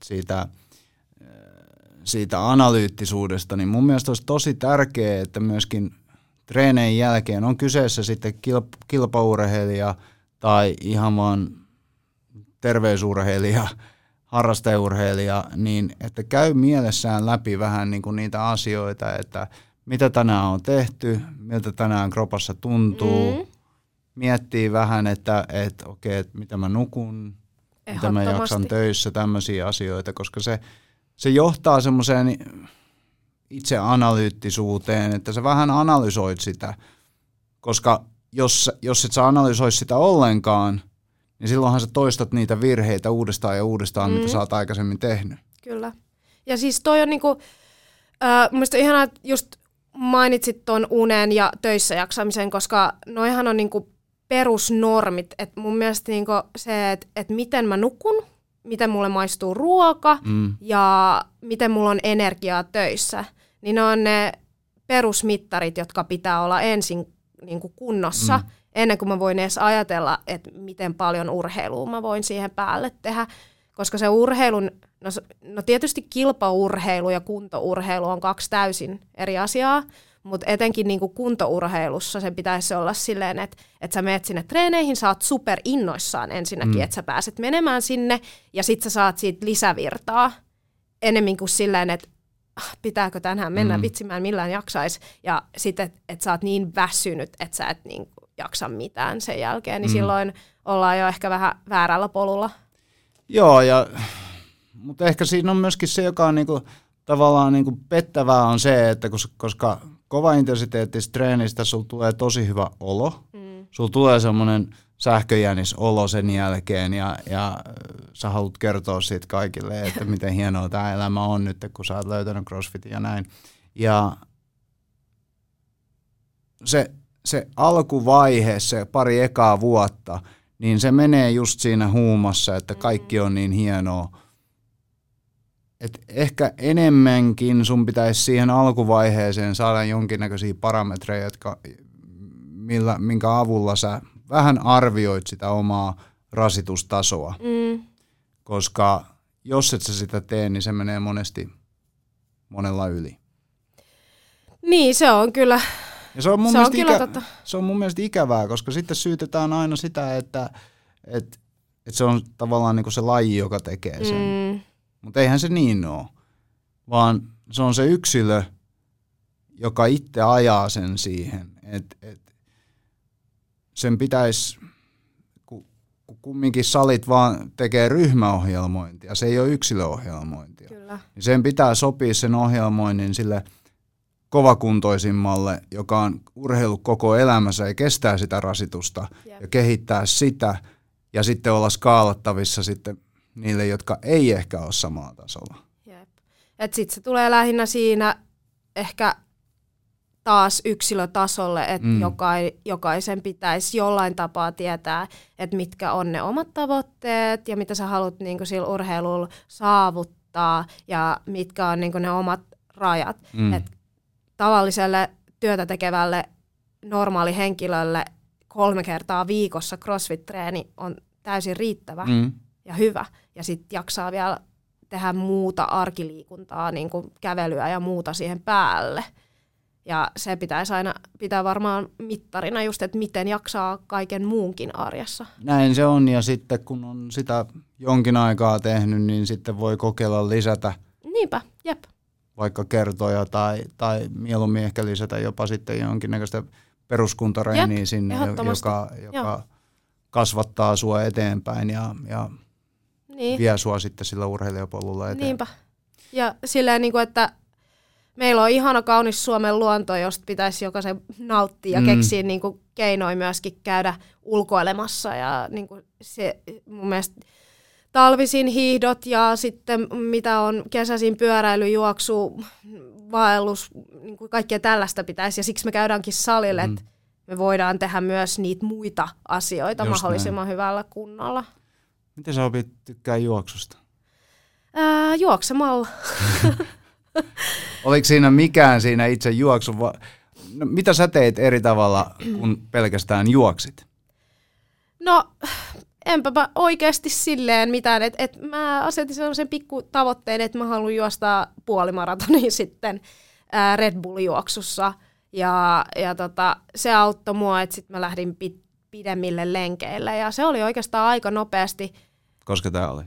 siitä analyyttisuudesta, niin mun mielestä olisi tosi tärkeää, että myöskin treeneen jälkeen on kyseessä sitten kilpaurheilija tai ihan vaan terveysurheilija, harrasteurheilija, niin että käy mielessään läpi vähän niin kuin niitä asioita, että mitä tänään on tehty, miltä tänään kropassa tuntuu, miettii vähän, että okei, että mitä mä nukun, mitä mä jaksan töissä, tämmöisiä asioita, koska se johtaa semmoiseen itseanalyyttisuuteen, että sä vähän analysoit sitä, koska jos et sä analysoisi sitä ollenkaan, niin silloinhan sä toistat niitä virheitä uudestaan ja uudestaan, mitä sä oot aikaisemmin tehnyt. Kyllä. Ja siis toi on niinku, mun mielestä ihanaa, että just mainitsit ton unen ja töissä jaksamisen, koska noihan on niinku perusnormit. Et mun mielestä niinku se, että miten mä nukun, miten mulle maistuu ruoka ja miten mulla on energiaa töissä, niin ne on ne perusmittarit, jotka pitää olla ensin niinku kunnossa, ennen kuin mä voin edes ajatella, että miten paljon urheilua mä voin siihen päälle tehdä. Koska se urheilun, no tietysti kilpaurheilu ja kuntourheilu on 2 täysin eri asiaa, mutta etenkin niin kuin kuntourheilussa se pitäisi olla silleen, että sä menet sinne treeneihin, sä oot super innoissaan ensinnäkin, että sä pääset menemään sinne ja sit sä saat siitä lisävirtaa enemmän kuin silleen, että pitääkö tänään mennä vitsimään millään jaksaisi ja sitten, että sä oot niin väsynyt, että sä et niin jaksa mitään sen jälkeen, niin silloin ollaan jo ehkä vähän väärällä polulla. Joo, mutta ehkä siinä on myöskin se, joka on niinku, tavallaan niinku pettävää on se, että koska kovaintensiteettisessä treenistä sulla tulee tosi hyvä olo, sulla tulee semmoinen sähköjänisolo sen jälkeen ja sä haluat kertoa siitä kaikille, että miten hienoa tämä elämä on nyt, kun sä oot löytänyt CrossFitin ja näin. Ja se alkuvaihe, se pari ekaa vuotta, niin se menee just siinä huumassa, että kaikki on niin hienoa. Et ehkä enemmänkin sun pitäisi siihen alkuvaiheeseen saada jonkinnäköisiä parametreja, minkä avulla sä vähän arvioit sitä omaa rasitustasoa. Koska jos et sä sitä tee, niin se menee monella yli. Niin, se on kyllä. Ja se on mun mielestä ikävää, koska sitten syytetään aina sitä, että se on tavallaan niin kuin se laji, joka tekee sen. Mutta eihän se niin ole, vaan se on se yksilö, joka itse ajaa sen siihen. Sen pitäisi, kun kumminkin salit vaan tekee ryhmäohjelmointia, se ei ole yksilöohjelmointia. Kyllä. Niin sen pitää sopia sen ohjelmoinnin sille kovakuntoisimmalle, joka on urheillut koko elämänsä ja kestää sitä rasitusta ja kehittää sitä ja sitten olla skaalattavissa sitten niille, jotka ei ehkä ole samalla tasolla. Sitten se tulee lähinnä siinä ehkä taas yksilötasolle, että jokaisen pitäisi jollain tapaa tietää, että mitkä on ne omat tavoitteet ja mitä sä haluat niinku sillä urheilulla saavuttaa ja mitkä on niinku ne omat rajat. Et tavalliselle työtä tekevälle normaali henkilölle 3 kertaa viikossa CrossFit-treeni on täysin riittävä ja hyvä. Ja sitten jaksaa vielä tehdä muuta arkiliikuntaa, niin kuin kävelyä ja muuta siihen päälle. Ja se pitäisi aina pitää varmaan mittarina just, että miten jaksaa kaiken muunkin arjessa. Näin se on, ja sitten kun on sitä jonkin aikaa tehnyt, niin sitten voi kokeilla lisätä. Niinpä, jep. Vaikka kertoja tai mieluummin ehkä lisätä jopa sitten jonkinnäköistä peruskuntareeniä sinne, joka kasvattaa sua eteenpäin ja vie sua sitten sillä urheilijapolulla eteenpäin. Niinpä. Ja silleen, niin kuin, että meillä on ihana kaunis Suomen luonto, josta pitäisi jokaisen nauttia ja keksiä niin kuin keinoja myöskin käydä ulkoilemassa. Ja niin kuin se mun mielestä talvisin hiihdot ja sitten mitä on kesäisin pyöräily, juoksu, vaellus, niin kuin kaikkea tällaista pitäisi. Ja siksi me käydäänkin salille, että me voidaan tehdä myös niitä muita asioita just mahdollisimman hyvällä kunnolla. Miten sä opit tykkää juoksusta? Juoksemalla. Oliko siinä mikään siinä itse juoksu? No, mitä sä teit eri tavalla, kun pelkästään juoksit? No, enpä oikeasti silleen mitään. Et mä asetin sellaisen pikku tavoitteen, että mä haluan juosta puolimaratonin sitten Red Bull-juoksussa. Ja se auttoi mua, että sitten mä lähdin pidemmille lenkeille. Ja se oli oikeastaan aika nopeasti. Koska tää oli?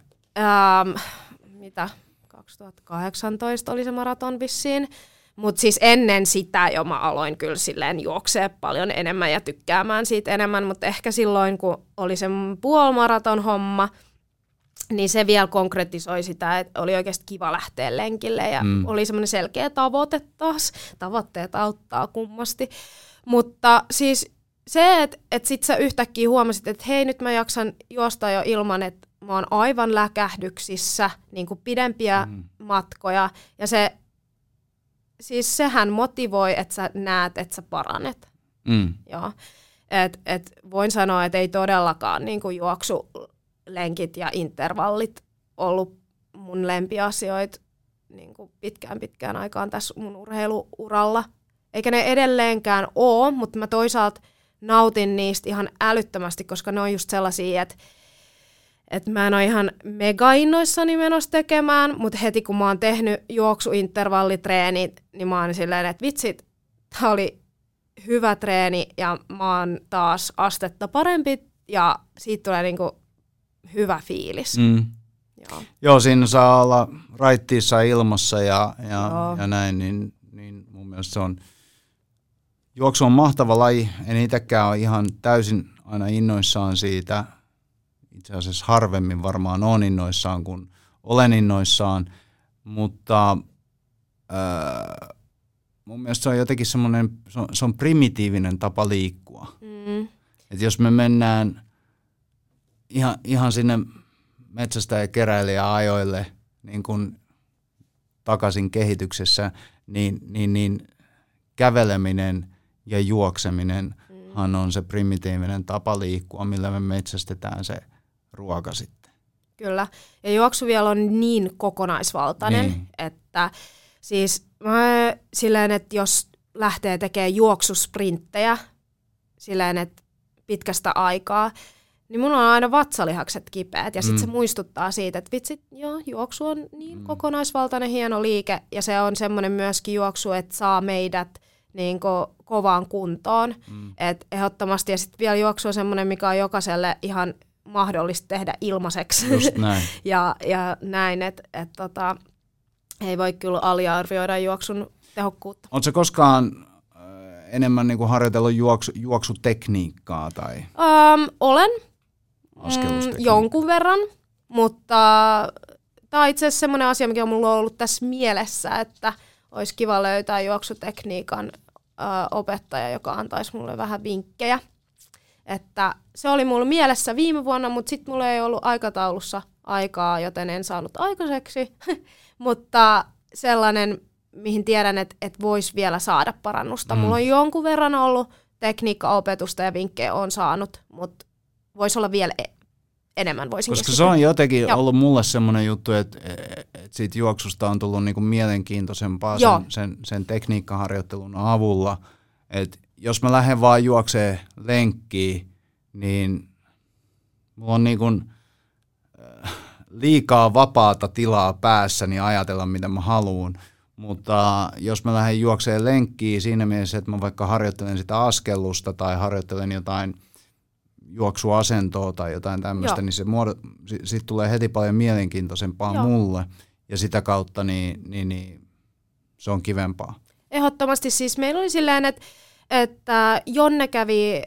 2018 oli se maraton vissiin. Mutta siis ennen sitä jo mä aloin kyllä silleen juoksee paljon enemmän ja tykkäämään siitä enemmän. Mutta ehkä silloin, kun oli se puolimaraton homma, niin se vielä konkretisoi sitä, että oli oikeasti kiva lähteä lenkille. Ja oli semmoinen selkeä tavoite taas. Tavoitteet auttaa kummasti. Mutta siis se, että sit sä yhtäkkiä huomasit, että hei, nyt mä jaksan juosta jo ilman, että mä oon aivan läkähdyksissä, niin kuin pidempiä matkoja. Ja siis sehän motivoi, että sä näet, että sä paranet. Joo. Et voin sanoa, että ei todellakaan niin kuin juoksulenkit ja intervallit ollut mun lempiasioita niin kuin pitkään aikaan tässä mun urheiluuralla. Eikä ne edelleenkään ole, mutta mä toisaalta nautin niistä ihan älyttömästi, koska ne on just sellaisia, että mä en ole ihan mega innoissani menossa tekemään, mutta heti kun mä oon tehnyt juoksuintervallitreenit, niin mä oon silleen, että vitsit, tää oli hyvä treeni ja mä oon taas astetta parempi ja siitä tulee niinku hyvä fiilis. Joo, siinä saa olla raittiissa ilmassa ja näin, niin mun mielestä se on, juoksu on mahtava laji, en itsekään ole ihan täysin aina innoissaan siitä. Itse asiassa harvemmin varmaan on innoissaan, kun olen innoissaan, mutta mun mielestä se on jotenkin semmoinen, se on primitiivinen tapa liikkua. Et jos me mennään ihan sinne metsästä ja keräilijäajoille niin kun takaisin kehityksessä, niin käveleminen ja juokseminenhan on se primitiivinen tapa liikkua, millä me metsästetään se ruoka sitten. Kyllä. Ja juoksu vielä on niin kokonaisvaltainen, että siis silleen, että jos lähtee tekemään juoksusprinttejä silleen, että pitkästä aikaa, niin mulla on aina vatsalihakset kipeät. Ja sitten se muistuttaa siitä, että vitsit, joo, juoksu on niin kokonaisvaltainen hieno liike. Ja se on semmoinen myöskin juoksu, että saa meidät niin kovaan kuntoon. Et ehdottomasti. Ja sitten vielä juoksu on semmoinen, mikä on jokaiselle ihan mahdollista tehdä ilmaiseksi. Just näin. ja näin, että ei voi kyllä aliarvioida juoksun tehokkuutta. Oletko koskaan enemmän niin kuin harjoitellut juoksutekniikkaa? Tai? Olen jonkun verran, mutta tämä on itse asiassa semmoinen asia, mikä on mulla ollut tässä mielessä, että olisi kiva löytää juoksutekniikan opettaja, joka antaisi mulle vähän vinkkejä. Että se oli mulla mielessä viime vuonna, mutta sitten mulla ei ollut aikataulussa aikaa, joten en saanut aikaiseksi. Mutta sellainen, mihin tiedän, että voisi vielä saada parannusta. Mulla on jonkun verran ollut tekniikkaopetusta ja vinkkejä on saanut, mutta voisi olla vielä enemmän. Koska se on jotenkin ollut mulle semmoinen juttu, että siitä juoksusta on tullut niinku mielenkiintoisempaa sen tekniikkaharjoittelun avulla. Et jos mä lähden vaan juokseen lenkkiin, niin mulla on niinku, liikaa vapaata tilaa päässäni ajatella, mitä mä haluan. Mutta jos mä lähden juokseen lenkkiin siinä mielessä, että mä vaikka harjoittelen sitä askellusta tai harjoittelen jotain juoksuasentoa tai jotain tämmöistä, niin siitä tulee heti paljon mielenkiintoisempaa mulle. Ja sitä kautta niin se on kivempaa. Ehdottomasti siis meillä oli silleen, että Jonne kävi,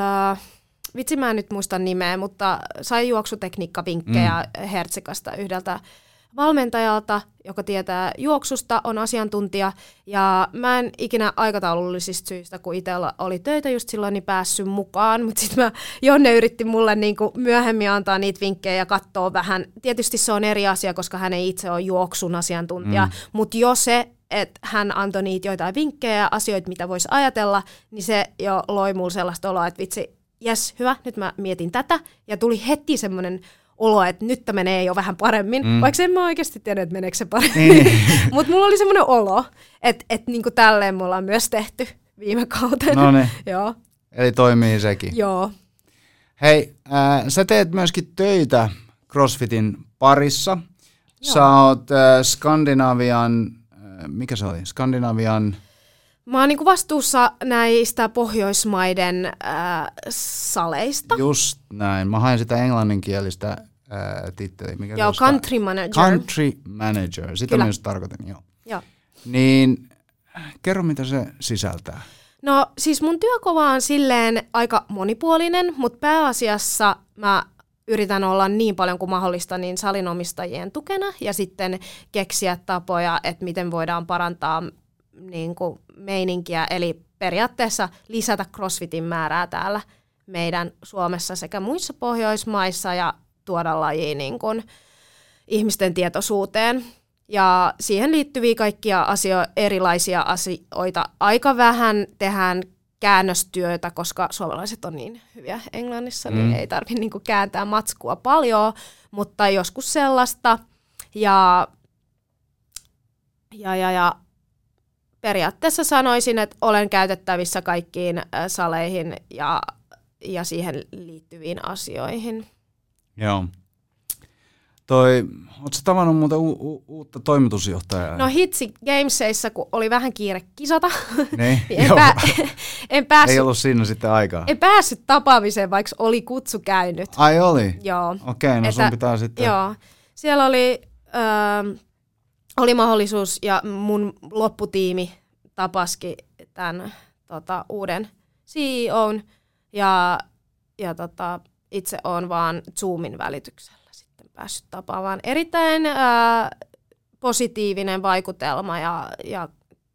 vitsi mä en nyt muista nimeä, mutta sai juoksutekniikkavinkkejä Hertsikasta yhdeltä valmentajalta, joka tietää juoksusta, on asiantuntija, ja mä en ikinä aikataulullisista syistä, kun itsellä oli töitä just silloin, niin päässyt mukaan, mutta sitten Jonne yritti mulle niinku myöhemmin antaa niitä vinkkejä ja katsoa vähän. Tietysti se on eri asia, koska hän ei itse ole juoksun asiantuntija, mutta jo se, että hän antoi niitä joitain vinkkejä ja asioita, mitä voisi ajatella, niin se jo loi mulle sellaista oloa, että vitsi, jes, hyvä, nyt mä mietin tätä, ja tuli heti semmoinen olo, että nyt menee jo vähän paremmin, vaikka en mä oikeasti tiedä, että meneekö se paremmin. Mutta mulla oli semmoinen olo, että niinku tälleen me ollaan myös tehty viime kautena. No niin. Joo. Eli toimii sekin. Joo. Hei, sä teet myöskin töitä CrossFitin parissa. Joo. Sä oot Skandinavian, mikä se oli? Skandinavian... Mä oon niinku vastuussa näistä Pohjoismaiden saleista. Just näin. Mä hain sitä englanninkielistä titteliä. Mikä joo, country manager. Country manager, sitä myös tarkoitin, joo. Niin kerro, mitä se sisältää. No siis mun työkova on silleen aika monipuolinen, mutta pääasiassa mä yritän olla niin paljon kuin mahdollista niin salinomistajien tukena ja sitten keksiä tapoja, että miten voidaan parantaa niin kuin meininkiä, eli periaatteessa lisätä CrossFitin määrää täällä meidän Suomessa sekä muissa Pohjoismaissa ja tuoda lajiin niin kuin ihmisten tietoisuuteen. Ja siihen liittyviä kaikkia erilaisia asioita. Aika vähän tehdään käännöstyötä, koska suomalaiset on niin hyviä englannissa, niin ei tarvitse niin kuin kääntää matskua paljon, mutta joskus sellaista. Ja periaatteessa sanoisin, että olen käytettävissä kaikkiin saleihin ja siihen liittyviin asioihin. Joo. Ootko tavannut muuten uutta toimitusjohtajaa? No Hitsi Gamesissa, kun oli vähän kiire kisata, niin en päässyt. Ei ollut siinä sitten aikaa. En päässyt tapaamiseen, vaikka oli kutsu käynyt. Ai oli? Joo. Okei, no sun pitää sitten... Joo. Siellä oli mahdollisuus ja mun lopputiimi tapasikin tämän uuden CEOn ja itse olen vaan Zoomin välityksellä sitten päässyt tapaamaan. Erittäin positiivinen vaikutelma ja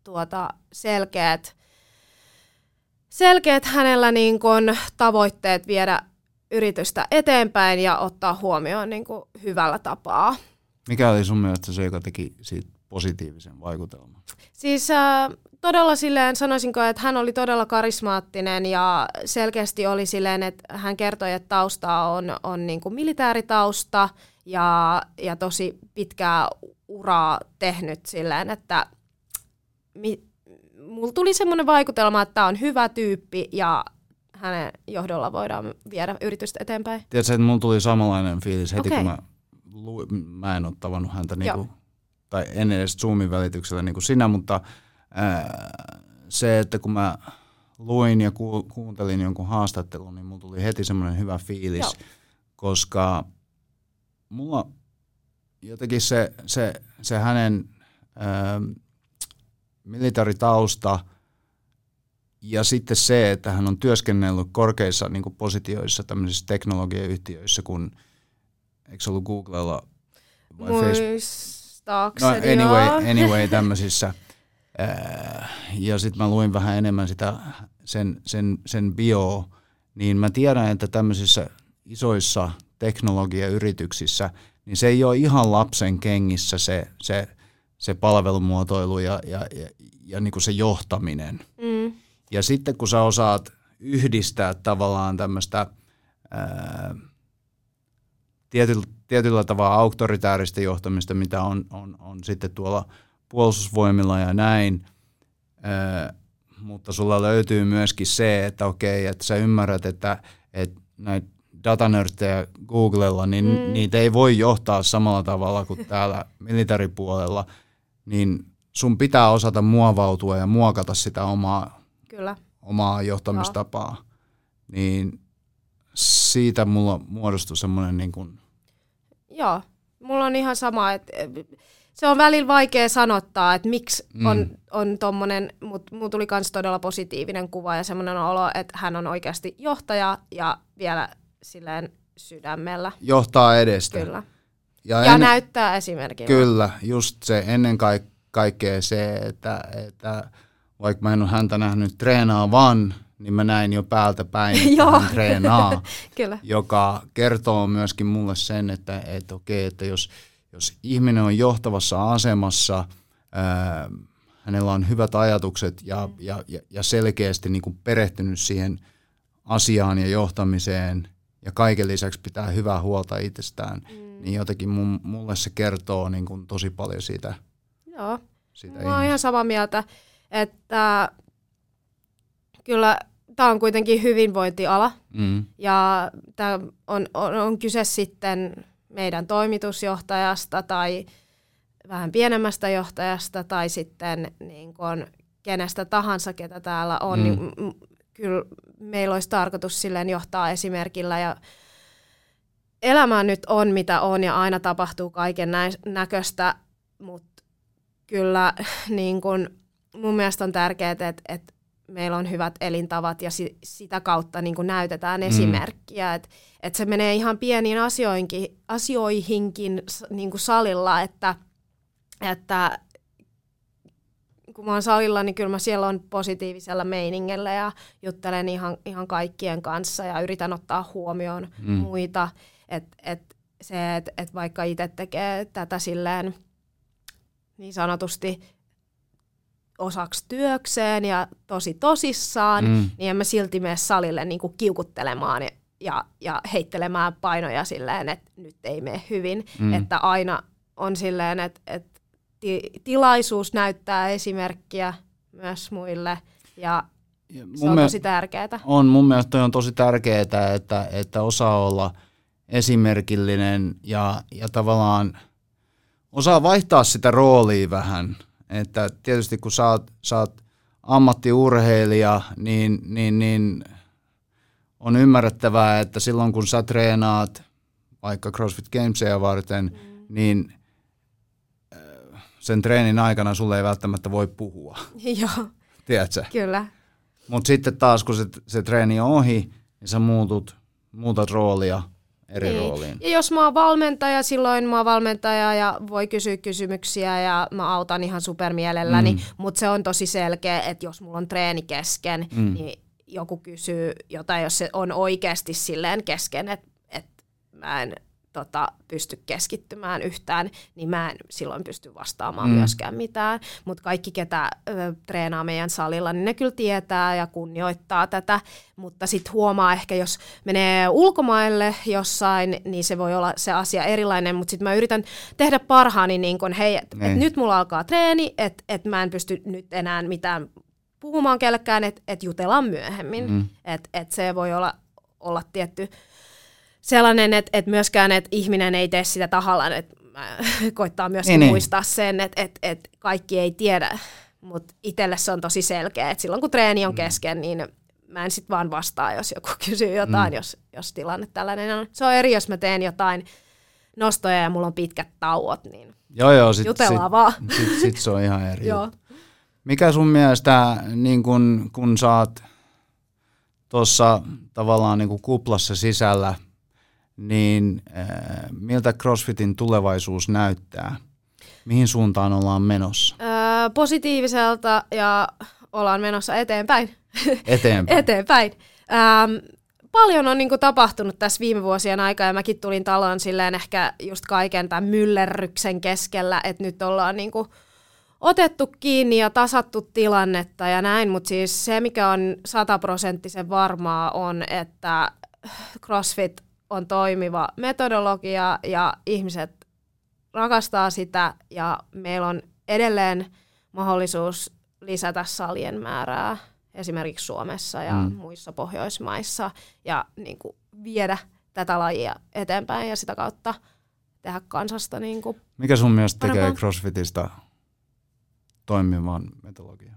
selkeät hänellä niin kun tavoitteet viedä yritystä eteenpäin ja ottaa huomioon niin kun hyvällä tapaa. Mikä oli sun mielestä se, joka teki siitä positiivisen vaikutelman? Siis todella silleen sanoisinko, että hän oli todella karismaattinen ja selkeästi oli silleen, että hän kertoi, että tausta on niin kuin militääritausta ja tosi pitkää uraa tehnyt silleen, että mulla tuli semmoinen vaikutelma, että tämä on hyvä tyyppi ja hänen johdolla voidaan viedä yritystä eteenpäin. Tiedätkö, että mulla tuli samanlainen fiilis heti, kun mä en ole tavannut häntä, niinku, tai en edes Zoomin välityksellä niin kuin sinä, mutta se, että kun mä luin ja kuuntelin jonkun haastattelun, niin mulla tuli heti semmoinen hyvä fiilis, koska mulla jotenkin se hänen militaaritausta ja sitten se, että hän on työskennellyt korkeissa niin kuin positioissa tämmöisissä teknologiayhtiöissä, kun eikö se ollut Googlella vai Muistaakseni, no anyway tämmöisissä. Ja sitten mä luin vähän enemmän sitä sen bio, niin mä tiedän, että tämmöisissä isoissa teknologiayrityksissä, niin se ei ole ihan lapsen kengissä se palvelumuotoilu ja niin kuin se johtaminen. Ja sitten kun sä osaat yhdistää tavallaan tämmöistä tietyllä tavalla auktoritääristä johtamista, mitä on sitten tuolla puolustusvoimilla ja näin, mutta sulla löytyy myöskin se, että okei, että sä ymmärrät, että näitä datanörttejä Googlella, niin niitä ei voi johtaa samalla tavalla kuin täällä militaripuolella, niin sun pitää osata muovautua ja muokata sitä omaa johtamistapaa. Niin siitä mulla muodostui semmoinen niin kuin... Joo, mulla on ihan sama, että se on välillä vaikea sanottaa, että miksi on tommonen, mutta mulla tuli kans todella positiivinen kuva ja semmoinen olo, että hän on oikeasti johtaja ja vielä silleen sydämellä. Johtaa edestä. Kyllä. Ja näyttää esimerkkinä. Kyllä, just se ennen kaikkea se, että vaikka mä en ole häntä nähnyt treenaavan, niin mä näin jo päältä päin, että hän treenaa, Kyllä. joka kertoo myöskin mulle sen, että okei, että jos ihminen on johtavassa asemassa, hänellä on hyvät ajatukset ja selkeästi niin kuin perehtynyt siihen asiaan ja johtamiseen ja kaiken lisäksi pitää hyvää huolta itsestään, niin jotenkin mulle se kertoo niin kuin tosi paljon siitä. Joo, mä oon ihan samaa mieltä, että kyllä tämä on kuitenkin hyvinvointiala ja tämä on kyse sitten meidän toimitusjohtajasta tai vähän pienemmästä johtajasta tai sitten niin kuin kenestä tahansa, ketä täällä on, niin kyllä meillä olisi tarkoitus silleen johtaa esimerkillä ja elämä nyt on mitä on ja aina tapahtuu kaiken näköistä, mutta kyllä niin kuin mun mielestä on tärkeää, että meillä on hyvät elintavat ja sitä kautta niin kuin näytetään esimerkkiä, että se menee ihan pieniin asioihinkin niin kuin salilla, että kun mä oon salilla, niin kyllä mä siellä on positiivisella meiningellä ja juttelen ihan kaikkien kanssa ja yritän ottaa huomioon muita, että vaikka itse tekee tätä silleen niin sanotusti osaksi työkseen ja tosi tosissaan, niin en mä silti mene salille niin kuin kiukuttelemaan ja heittelemään painoja silleen, että nyt ei mene hyvin. Että aina on silleen, että tilaisuus näyttää esimerkkiä myös muille ja se on tosi tärkeää. Mun mielestä toi on tosi tärkeää, että osaa olla esimerkillinen ja tavallaan osaa vaihtaa sitä roolia vähän. Että tietysti kun sä oot ammattiurheilija, niin on ymmärrettävää, että silloin kun sä treenaat vaikka CrossFit Gamesia varten, niin sen treenin aikana sulle ei välttämättä voi puhua. Joo. Tiedätkö? Kyllä. Mutta sitten taas kun se treeni on ohi, niin sä muutat roolia eri rooliin. Ja jos mä oon valmentaja, silloin mä oon valmentaja ja voi kysyä kysymyksiä ja mä autan ihan supermielelläni, mutta se on tosi selkeä, että jos mulla on treeni kesken, niin joku kysyy jotain, jos se on oikeasti silleen kesken, että mä en pysty keskittymään yhtään, niin mä en silloin pysty vastaamaan myöskään mitään. Mutta kaikki, ketä treenaa meidän salilla, niin ne kyllä tietää ja kunnioittaa tätä, mutta sitten huomaa ehkä, jos menee ulkomaille jossain, niin se voi olla se asia erilainen, mutta sitten mä yritän tehdä parhaani, niin kun hei, että nyt mulla alkaa treeni, että mä en pysty nyt enää mitään puhumaan kellekään, että jutellaan myöhemmin. Että se voi olla tietty sellainen, että myöskään että ihminen ei tee sitä tahallaan, että koittaa myöskin muistaa sen, että kaikki ei tiedä, mutta itselle se on tosi selkeä, että silloin kun treeni on kesken, niin mä en sit vaan vastaa, jos joku kysyy jotain, jos tilanne tällainen on. Se on eri, jos mä teen jotain nostoja ja mulla on pitkät tauot, niin jutellaan vaan. Sit se on ihan eri. Joo. Mikä sun mielestä, niin kun sä oot tuossa tavallaan niin kuin kuplassa sisällä, niin miltä CrossFitin tulevaisuus näyttää? Mihin suuntaan ollaan menossa? Positiiviselta ja ollaan menossa eteenpäin. Eteenpäin. Paljon on niinku tapahtunut tässä viime vuosien aikana ja mäkin tulin taloon silleen ehkä just kaiken tämän myllerryksen keskellä, että nyt ollaan niinku otettu kiinni ja tasattu tilannetta ja näin, mutta siis se mikä on 100% varmaa on, että CrossFit on toimiva metodologia ja ihmiset rakastaa sitä ja meillä on edelleen mahdollisuus lisätä salien määrää esimerkiksi Suomessa ja muissa Pohjoismaissa ja niin kuin viedä tätä lajia eteenpäin ja sitä kautta tehdä kansasta niin kuin Mikä sun mielestä tekee parempaa. CrossFitista toimivan metodologian?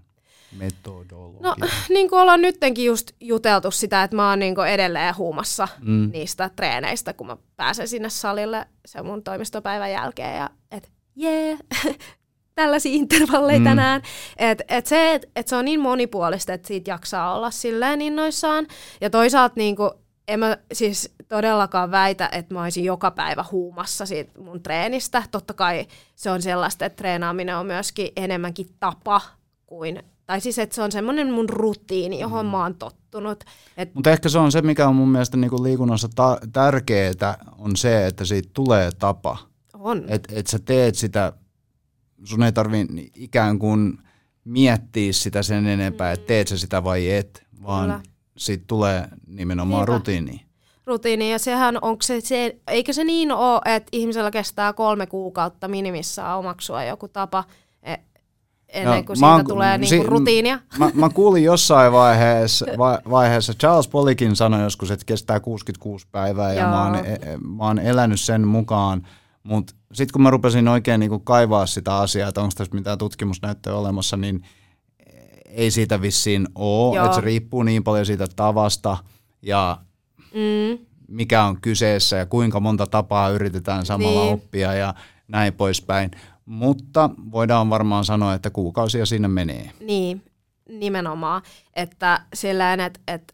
No niin kuin ollaan nyttenkin just juteltu sitä, että mä oon niin kuin edelleen huumassa niistä treeneistä, kun mä pääsen sinne salille sen mun toimistopäivän jälkeen ja että tällaisia intervalleja tänään. Et se on niin monipuolista, että siitä jaksaa olla silleen innoissaan. Ja toisaalta niin kuin, en mä siis todellakaan väitä, että mä olisin joka päivä huumassa siitä mun treenistä. Totta kai se on sellaista, että treenaaminen on myöskin enemmänkin tapa kuin, tai siis että se on semmoinen mun rutiini, johon mä oon tottunut. Mutta ehkä se on se, mikä on mun mielestä niinku liikunnassa tärkeää, on se, että siitä tulee tapa. On. Että sä teet sitä, sun ei tarvitse ikään kuin miettiä sitä sen enempää, että teet sä sitä vai et, vaan kyllä. Siitä tulee nimenomaan rutiini. Ja sehän onko se, eikö se niin ole, että ihmisellä kestää 3 kuukautta minimissaan omaksua joku tapa, ennen kuin siitä tulee niinku rutiinia? Mä kuulin jossain vaiheessa, Charles Poliquin sanoi joskus, että kestää 66 päivää ja mä oon elänyt sen mukaan, mutta sitten kun mä rupesin oikein niinku kaivaa sitä asiaa, että onko tässä mitään tutkimusnäyttöä olemassa, niin ei siitä vissiin ole, että se riippuu niin paljon siitä tavasta ja mikä on kyseessä ja kuinka monta tapaa yritetään samalla oppia ja näin poispäin. Mutta voidaan varmaan sanoa, että kuukausia siinä menee. Niin, nimenomaan. Että silleen, että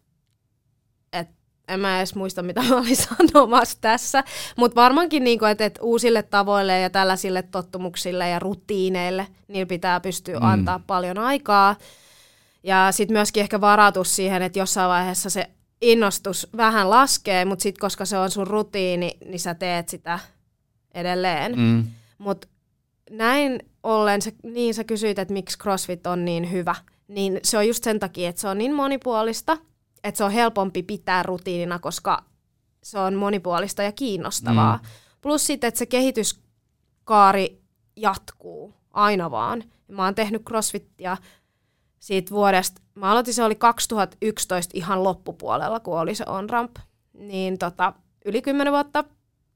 en mä edes muista, mitä mä olin sanomassa tässä. Mutta varmaankin, niinku, että uusille tavoille ja tällaisille tottumuksille ja rutiineille, niillä pitää pystyä antaa paljon aikaa. Ja sitten myöskin ehkä varatus siihen, että jossain vaiheessa se innostus vähän laskee, mutta sitten koska se on sun rutiini, niin sä teet sitä edelleen. Mutta näin ollen, niin sä kysyit, että miksi CrossFit on niin hyvä, niin se on just sen takia, että se on niin monipuolista, että se on helpompi pitää rutiinina, koska se on monipuolista ja kiinnostavaa. Plus sitten, että se kehityskaari jatkuu aina vaan. Mä oon tehnyt CrossFitia siitä vuodesta, mä aloitin, se oli 2011 ihan loppupuolella, kun oli se on-ramp, niin yli 10 vuotta.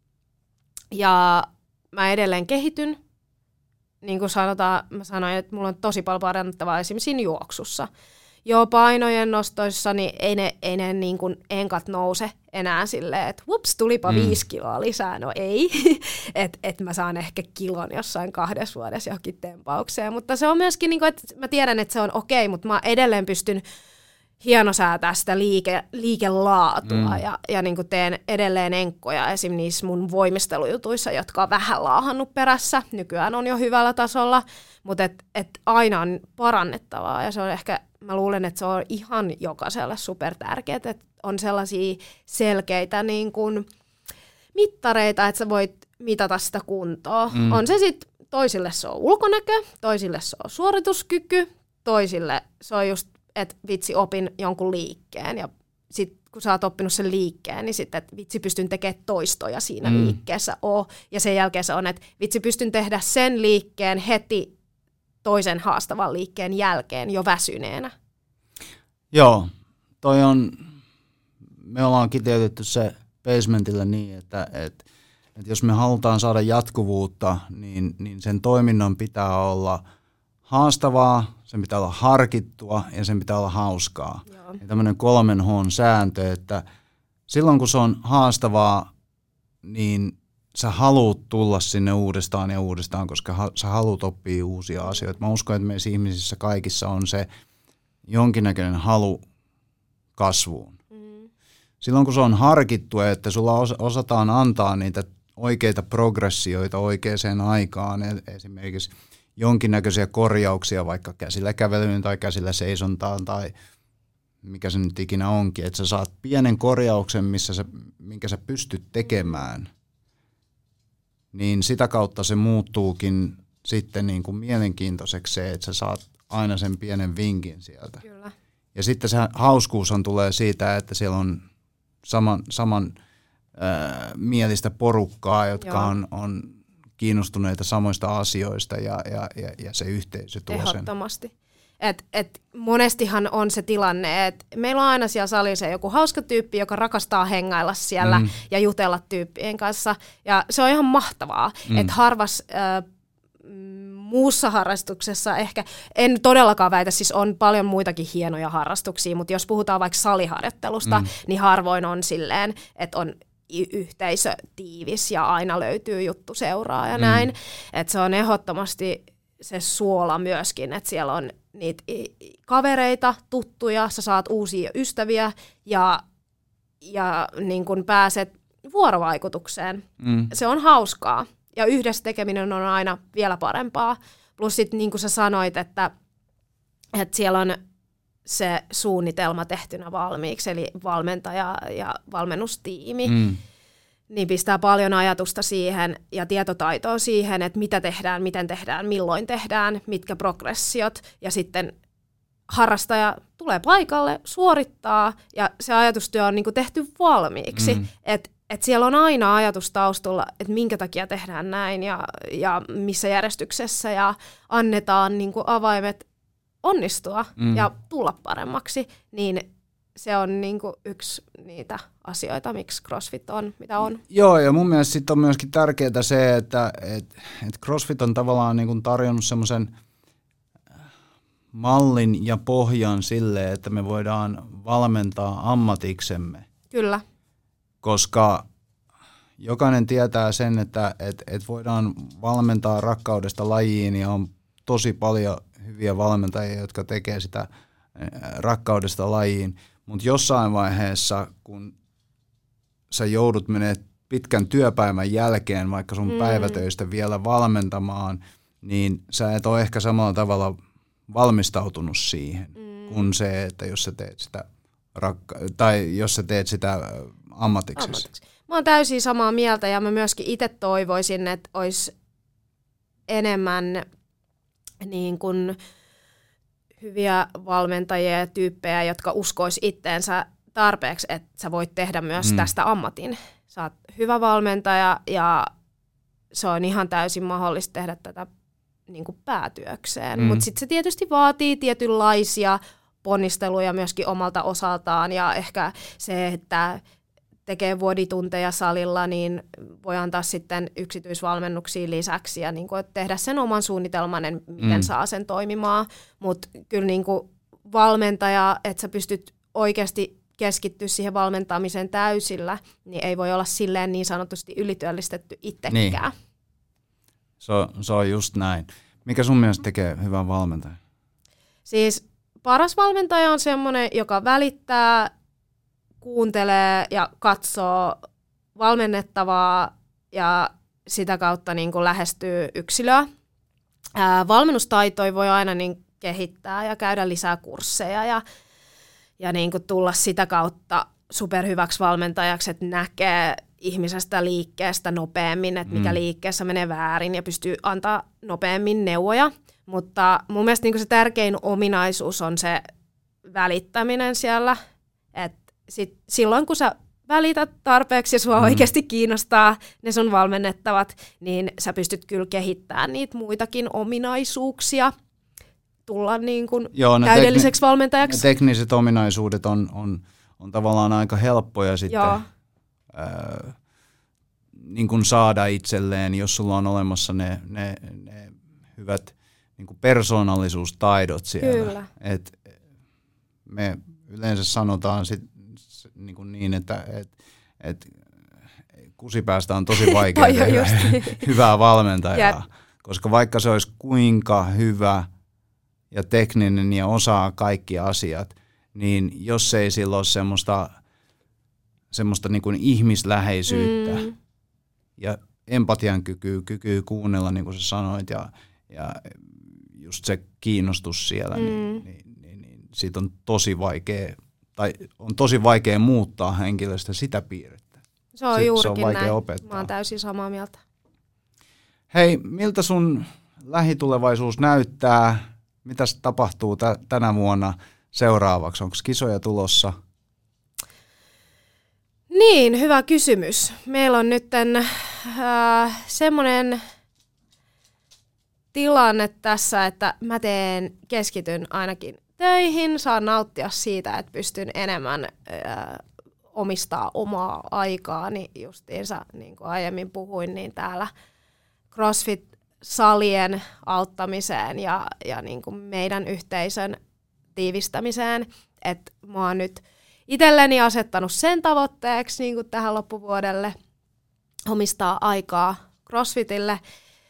Ja mä edelleen kehityn. Niin kuin mä sanoin, että mulla on tosi paljon parannettavaa esimerkiksi siinä juoksussa. Joo, painojen nostoissa, niin ei ne niin kuin enkat nouse enää silleen, että hups, tulipa 5 kiloa lisää. No ei, että mä saan ehkä kilon jossain 2 vuodessa johonkin tempaukseen. Mutta se on myöskin, niin kuin, että mä tiedän, että se on okei, mutta mä edelleen pystyn hienosäätää sitä liikelaatua ja niin kuin teen edelleen enkkoja esim. Niissä mun voimistelujutuissa, jotka on vähän laahannut perässä. Nykyään on jo hyvällä tasolla, mutta et aina on parannettavaa ja se on ehkä, mä luulen, että se on ihan jokaiselle supertärkeää, että on sellaisia selkeitä niin kuin mittareita, että sä voit mitata sitä kuntoa. On se sitten, toisille se on ulkonäkö, toisille se on suorituskyky, toisille se on just että vitsi opin jonkun liikkeen ja sitten kun sä oot oppinut sen liikkeen, niin sitten että vitsi pystyn tekemään toistoja siinä liikkeessä. Ja sen jälkeen se on, että vitsi pystyn tehdä sen liikkeen heti toisen haastavan liikkeen jälkeen jo väsyneenä. Joo, me ollaan kiteytetty se basementille niin, että jos me halutaan saada jatkuvuutta, niin sen toiminnan pitää olla haastavaa, sen pitää olla harkittua ja sen pitää olla hauskaa. Ja tämmöinen 3 H:n sääntö, että silloin kun se on haastavaa, niin sä haluut tulla sinne uudestaan ja uudestaan, koska sä haluut oppia uusia asioita. Mä uskon, että meissä ihmisissä kaikissa on se jonkinnäköinen halu kasvuun. Silloin kun se on harkittua, että sulla osataan antaa niitä oikeita progressioita oikeaan aikaan, esimerkiksi jonkinnäköisiä korjauksia vaikka käsillä kävelyyn tai käsillä seisontaan tai mikä se nyt ikinä onkin, että sä saat pienen korjauksen, minkä sä pystyt tekemään, niin sitä kautta se muuttuukin sitten niin kuin mielenkiintoiseksi se, että sä saat aina sen pienen vinkin sieltä. Kyllä. Ja sitten se hauskuushan tulee siitä, että siellä on saman mielistä porukkaa, jotka on kiinnostuneita samoista asioista ja se yhteisö tuo sen. Ehdottomasti. Et monestihan on se tilanne, että meillä on aina siellä salissa joku hauska tyyppi, joka rakastaa hengailla siellä ja jutella tyyppien kanssa. Ja se on ihan mahtavaa, että harvas muussa harrastuksessa ehkä, en todellakaan väitä, siis on paljon muitakin hienoja harrastuksia, mutta jos puhutaan vaikka saliharjoittelusta, niin harvoin on silleen, että on yhteisö tiivis ja aina löytyy juttu seuraa ja näin. Että se on ehdottomasti se suola myöskin, että siellä on niitä kavereita, tuttuja, sä saat uusia ystäviä ja niin kun pääset vuorovaikutukseen. Se on hauskaa ja yhdessä tekeminen on aina vielä parempaa. Plus sitten niin kuin sä sanoit, että siellä on se suunnitelma tehtynä valmiiksi, eli valmentaja ja valmennustiimi, niin pistää paljon ajatusta siihen ja tietotaitoa siihen, että mitä tehdään, miten tehdään, milloin tehdään, mitkä progressiot, ja sitten harrastaja tulee paikalle, suorittaa, ja se ajatustyö on niinku tehty valmiiksi. Et siellä on aina ajatus taustalla, että minkä takia tehdään näin ja missä järjestyksessä, ja annetaan niinku avaimet onnistua ja tulla paremmaksi, niin se on niinku yksi niitä asioita, miksi CrossFit on, mitä on. Joo, ja mun mielestä sit on myöskin tärkeää se, että CrossFit on tavallaan niinku tarjonnut semmoisen mallin ja pohjan sille, että me voidaan valmentaa ammatiksemme. Kyllä. Koska jokainen tietää sen, että voidaan valmentaa rakkaudesta lajiin, ja on tosi paljon hyviä valmentajia, jotka tekee sitä rakkaudesta lajiin. Mutta jossain vaiheessa, kun sä joudut menemään pitkän työpäivän jälkeen vaikka sun päivätöistä vielä valmentamaan, niin sä et ole ehkä samalla tavalla valmistautunut siihen kuin se, että jos sä teet sitä, jos sä teet sitä ammatiksi. Mä oon täysin samaa mieltä, ja mä myöskin itse toivoisin, että olisi enemmän niin kuin hyviä valmentajia ja tyyppejä, jotka uskois itteensä tarpeeksi, että sä voit tehdä myös tästä ammatin. Sä oot hyvä valmentaja ja se on ihan täysin mahdollista tehdä tätä niin kuin päätyökseen. Mutta sitten se tietysti vaatii tietynlaisia ponnisteluja myöskin omalta osaltaan, ja ehkä se, että tekee vuoditunteja salilla, niin voi antaa sitten yksityisvalmennuksia lisäksi ja niin kuin tehdä sen oman suunnitelman, miten saa sen toimimaan. Mutta kyllä niin kuin valmentaja, että sä pystyt oikeasti keskittyä siihen valmentamiseen täysillä, niin ei voi olla silleen niin sanotusti ylityöllistetty itsekään. Niin. Se on just näin. Mikä sun mielestä tekee hyvän valmentajan? Siis paras valmentaja on semmoinen, joka välittää, kuuntelee ja katsoo valmennettavaa ja sitä kautta niin kuin lähestyy yksilöä. Valmennustaitoja voi aina niin kehittää ja käydä lisää kursseja ja niin kuin tulla sitä kautta superhyväksi valmentajaksi, että näkee ihmisestä liikkeestä nopeammin, että mikä liikkeessä menee väärin, ja pystyy antaa nopeammin neuvoja. Mutta mun mielestä niin kuin se tärkein ominaisuus on se välittäminen siellä, että silloin kun sä välität tarpeeksi ja sua oikeasti kiinnostaa ne sun valmennettavat, niin sä pystyt kyllä kehittämään niitä muitakin ominaisuuksia, tulla niin kuin täydelliseksi valmentajaksi. Ne tekniset ominaisuudet on tavallaan aika helppoja sitten niin kuin saada itselleen, jos sulla on olemassa ne hyvät niin kuin persoonallisuustaidot siellä. Kyllä. Et me yleensä sanotaan niin, että kusipäästä on tosi vaikea tehdä hyvää valmentajaa, koska vaikka se olisi kuinka hyvä ja tekninen ja osaa kaikki asiat, niin jos ei sillä ole semmoista niin kuin ihmisläheisyyttä ja empatian kykyä kuunnella, niin kuin sä sanoit, ja just se kiinnostus siellä, niin siitä on tosi vaikea muuttaa henkilöstä sitä piirrettä. Se on juurikin se on vaikea näin. opettaa. Mä oon täysin samaa mieltä. Hei, miltä sun lähitulevaisuus näyttää? Mitäs tapahtuu tänä vuonna seuraavaksi? Onko kisoja tulossa? Niin, hyvä kysymys. Meillä on nyt semmoinen tilanne tässä, että mä keskityn ainakin töihin, saan nauttia siitä, että pystyn enemmän omistaa omaa aikaani justiinsa, niin kuin aiemmin puhuin, niin täällä CrossFit-salien auttamiseen ja niin kuin meidän yhteisön tiivistämiseen. Että mä oon nyt itselleni asettanut sen tavoitteeksi niin kuin tähän loppuvuodelle omistaa aikaa CrossFitille.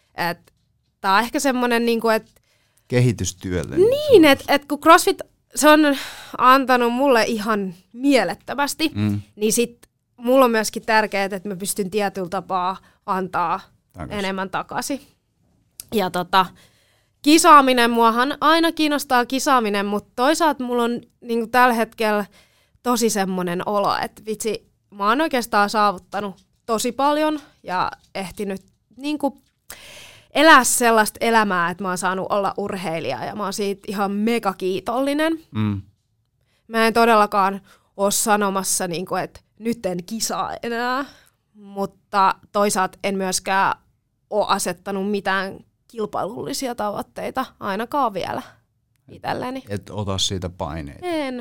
Tää on ehkä semmoinen, niin kuin, että kehitystyölle. Niin, että kun CrossFit se on antanut mulle ihan mielettömästi, niin sit mulla on myöskin tärkeää, että mä pystyn tietyllä tapaa antaa enemmän takaisin. Ja kisaaminen, muahan aina kiinnostaa kisaaminen, mutta toisaalta mulla on niin tällä hetkellä tosi semmoinen olo, että vitsi, mä oon oikeastaan saavuttanut tosi paljon ja ehtinyt niin kuin elää sellaista elämää, että mä oon saanut olla urheilija ja mä oon siitä ihan mega kiitollinen. Mä en todellakaan ole sanomassa, niin kuin, että nyt en kisaa enää, mutta toisaalta en myöskään ole asettanut mitään kilpailullisia tavoitteita, ainakaan vielä itselleni. Et ota siitä paineita. En.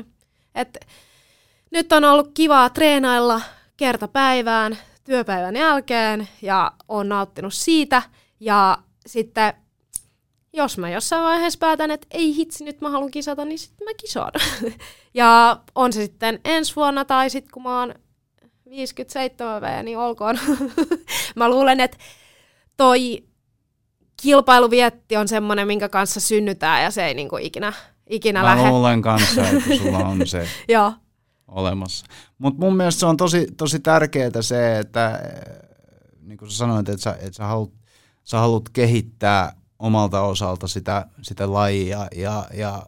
Nyt on ollut kivaa treenailla kerta päivään työpäivän jälkeen ja oon nauttinut siitä. Ja sitten, jos mä jossain vaiheessa päätän, että ei hitsi, nyt mä haluan kisata, niin sitten mä kisaan. Ja on se sitten ensi vuonna tai sitten kun mä oon 57V, niin olkoon. Mä luulen, että toi kilpailuvietti on semmoinen, minkä kanssa synnytään ja se ei niinku ikinä lähde. Mä luulen kanssa, että sulla on se olemassa. Mutta mun mielestä se on tosi tärkeää se, että niin kuin sä sanoit, että sä haluat kehittää omalta osalta sitä lajia ja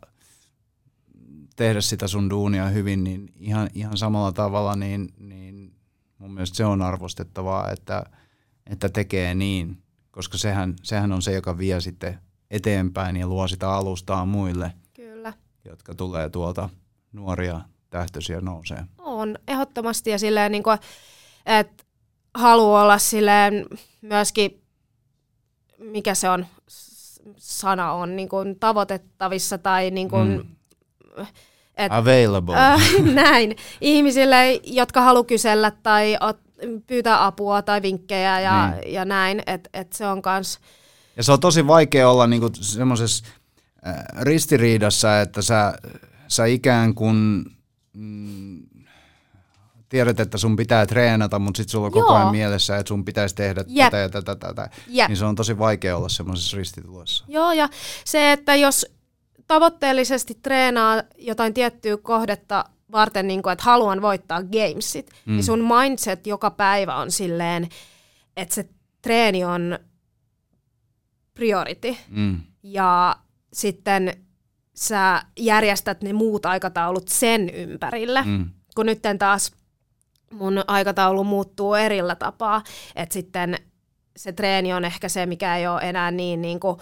tehdä sitä sun duunia hyvin, niin ihan samalla tavalla niin mun mielestä se on arvostettavaa, että tekee niin, koska sehän on se, joka vie sitten eteenpäin ja luo sitä alustaa muille, Kyllä. Jotka tulee tuolta nuoria tähtöisiä nousee. On ehdottomasti ja silleen, niin kuin, että haluaa olla silleen myöskin, mikä se on, sana on, niin kuin tavoitettavissa tai niin kuin, available. Näin. Ihmisille, jotka haluaa kysellä tai pyytää apua tai vinkkejä ja näin, että se on kans. Ja se on tosi vaikea olla niinku semmoisessa ristiriidassa, että sä ikään kuin tiedät, että sun pitää treenata, mutta sitten sulla on koko ajan mielessä, että sun pitäisi tehdä tätä ja tätä. Niin se on tosi vaikea olla semmoisessa ristitulossa. Joo, ja se, että jos tavoitteellisesti treenaa jotain tiettyä kohdetta varten, niin kuin, että haluan voittaa gamesit, niin sun mindset joka päivä on silleen, että se treeni on priority. Ja sitten sä järjestät ne muut aikataulut sen ympärille, kun nyt taas mun aikataulu muuttuu erillä tapaa, että sitten se treeni on ehkä se, mikä ei ole enää niin kuin,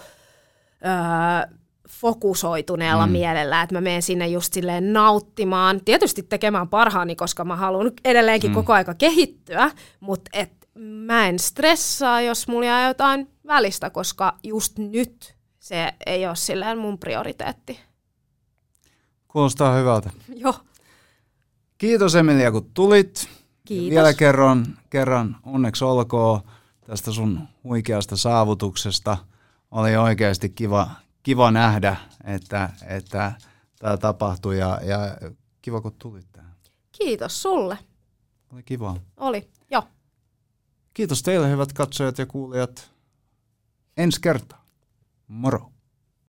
fokusoituneella mielellä, että mä menen sinne just silleen nauttimaan, tietysti tekemään parhaani, koska mä haluan edelleenkin koko aika kehittyä, mutta mä en stressaa, jos mulla jää jotain välistä, koska just nyt se ei ole silleen mun prioriteetti. Kuulostaa hyvältä. Joo. Kiitos Emilia, kun tulit. Kiitos. Vielä kerran onneksi olkoon tästä sun huikeasta saavutuksesta. Oli oikeasti kiva nähdä, että tämä tapahtui ja kiva, kun tulit tähän. Kiitos sulle. Oli kiva. Oli, joo. Kiitos teille, hyvät katsojat ja kuulijat. Ensi kertaa. Moro.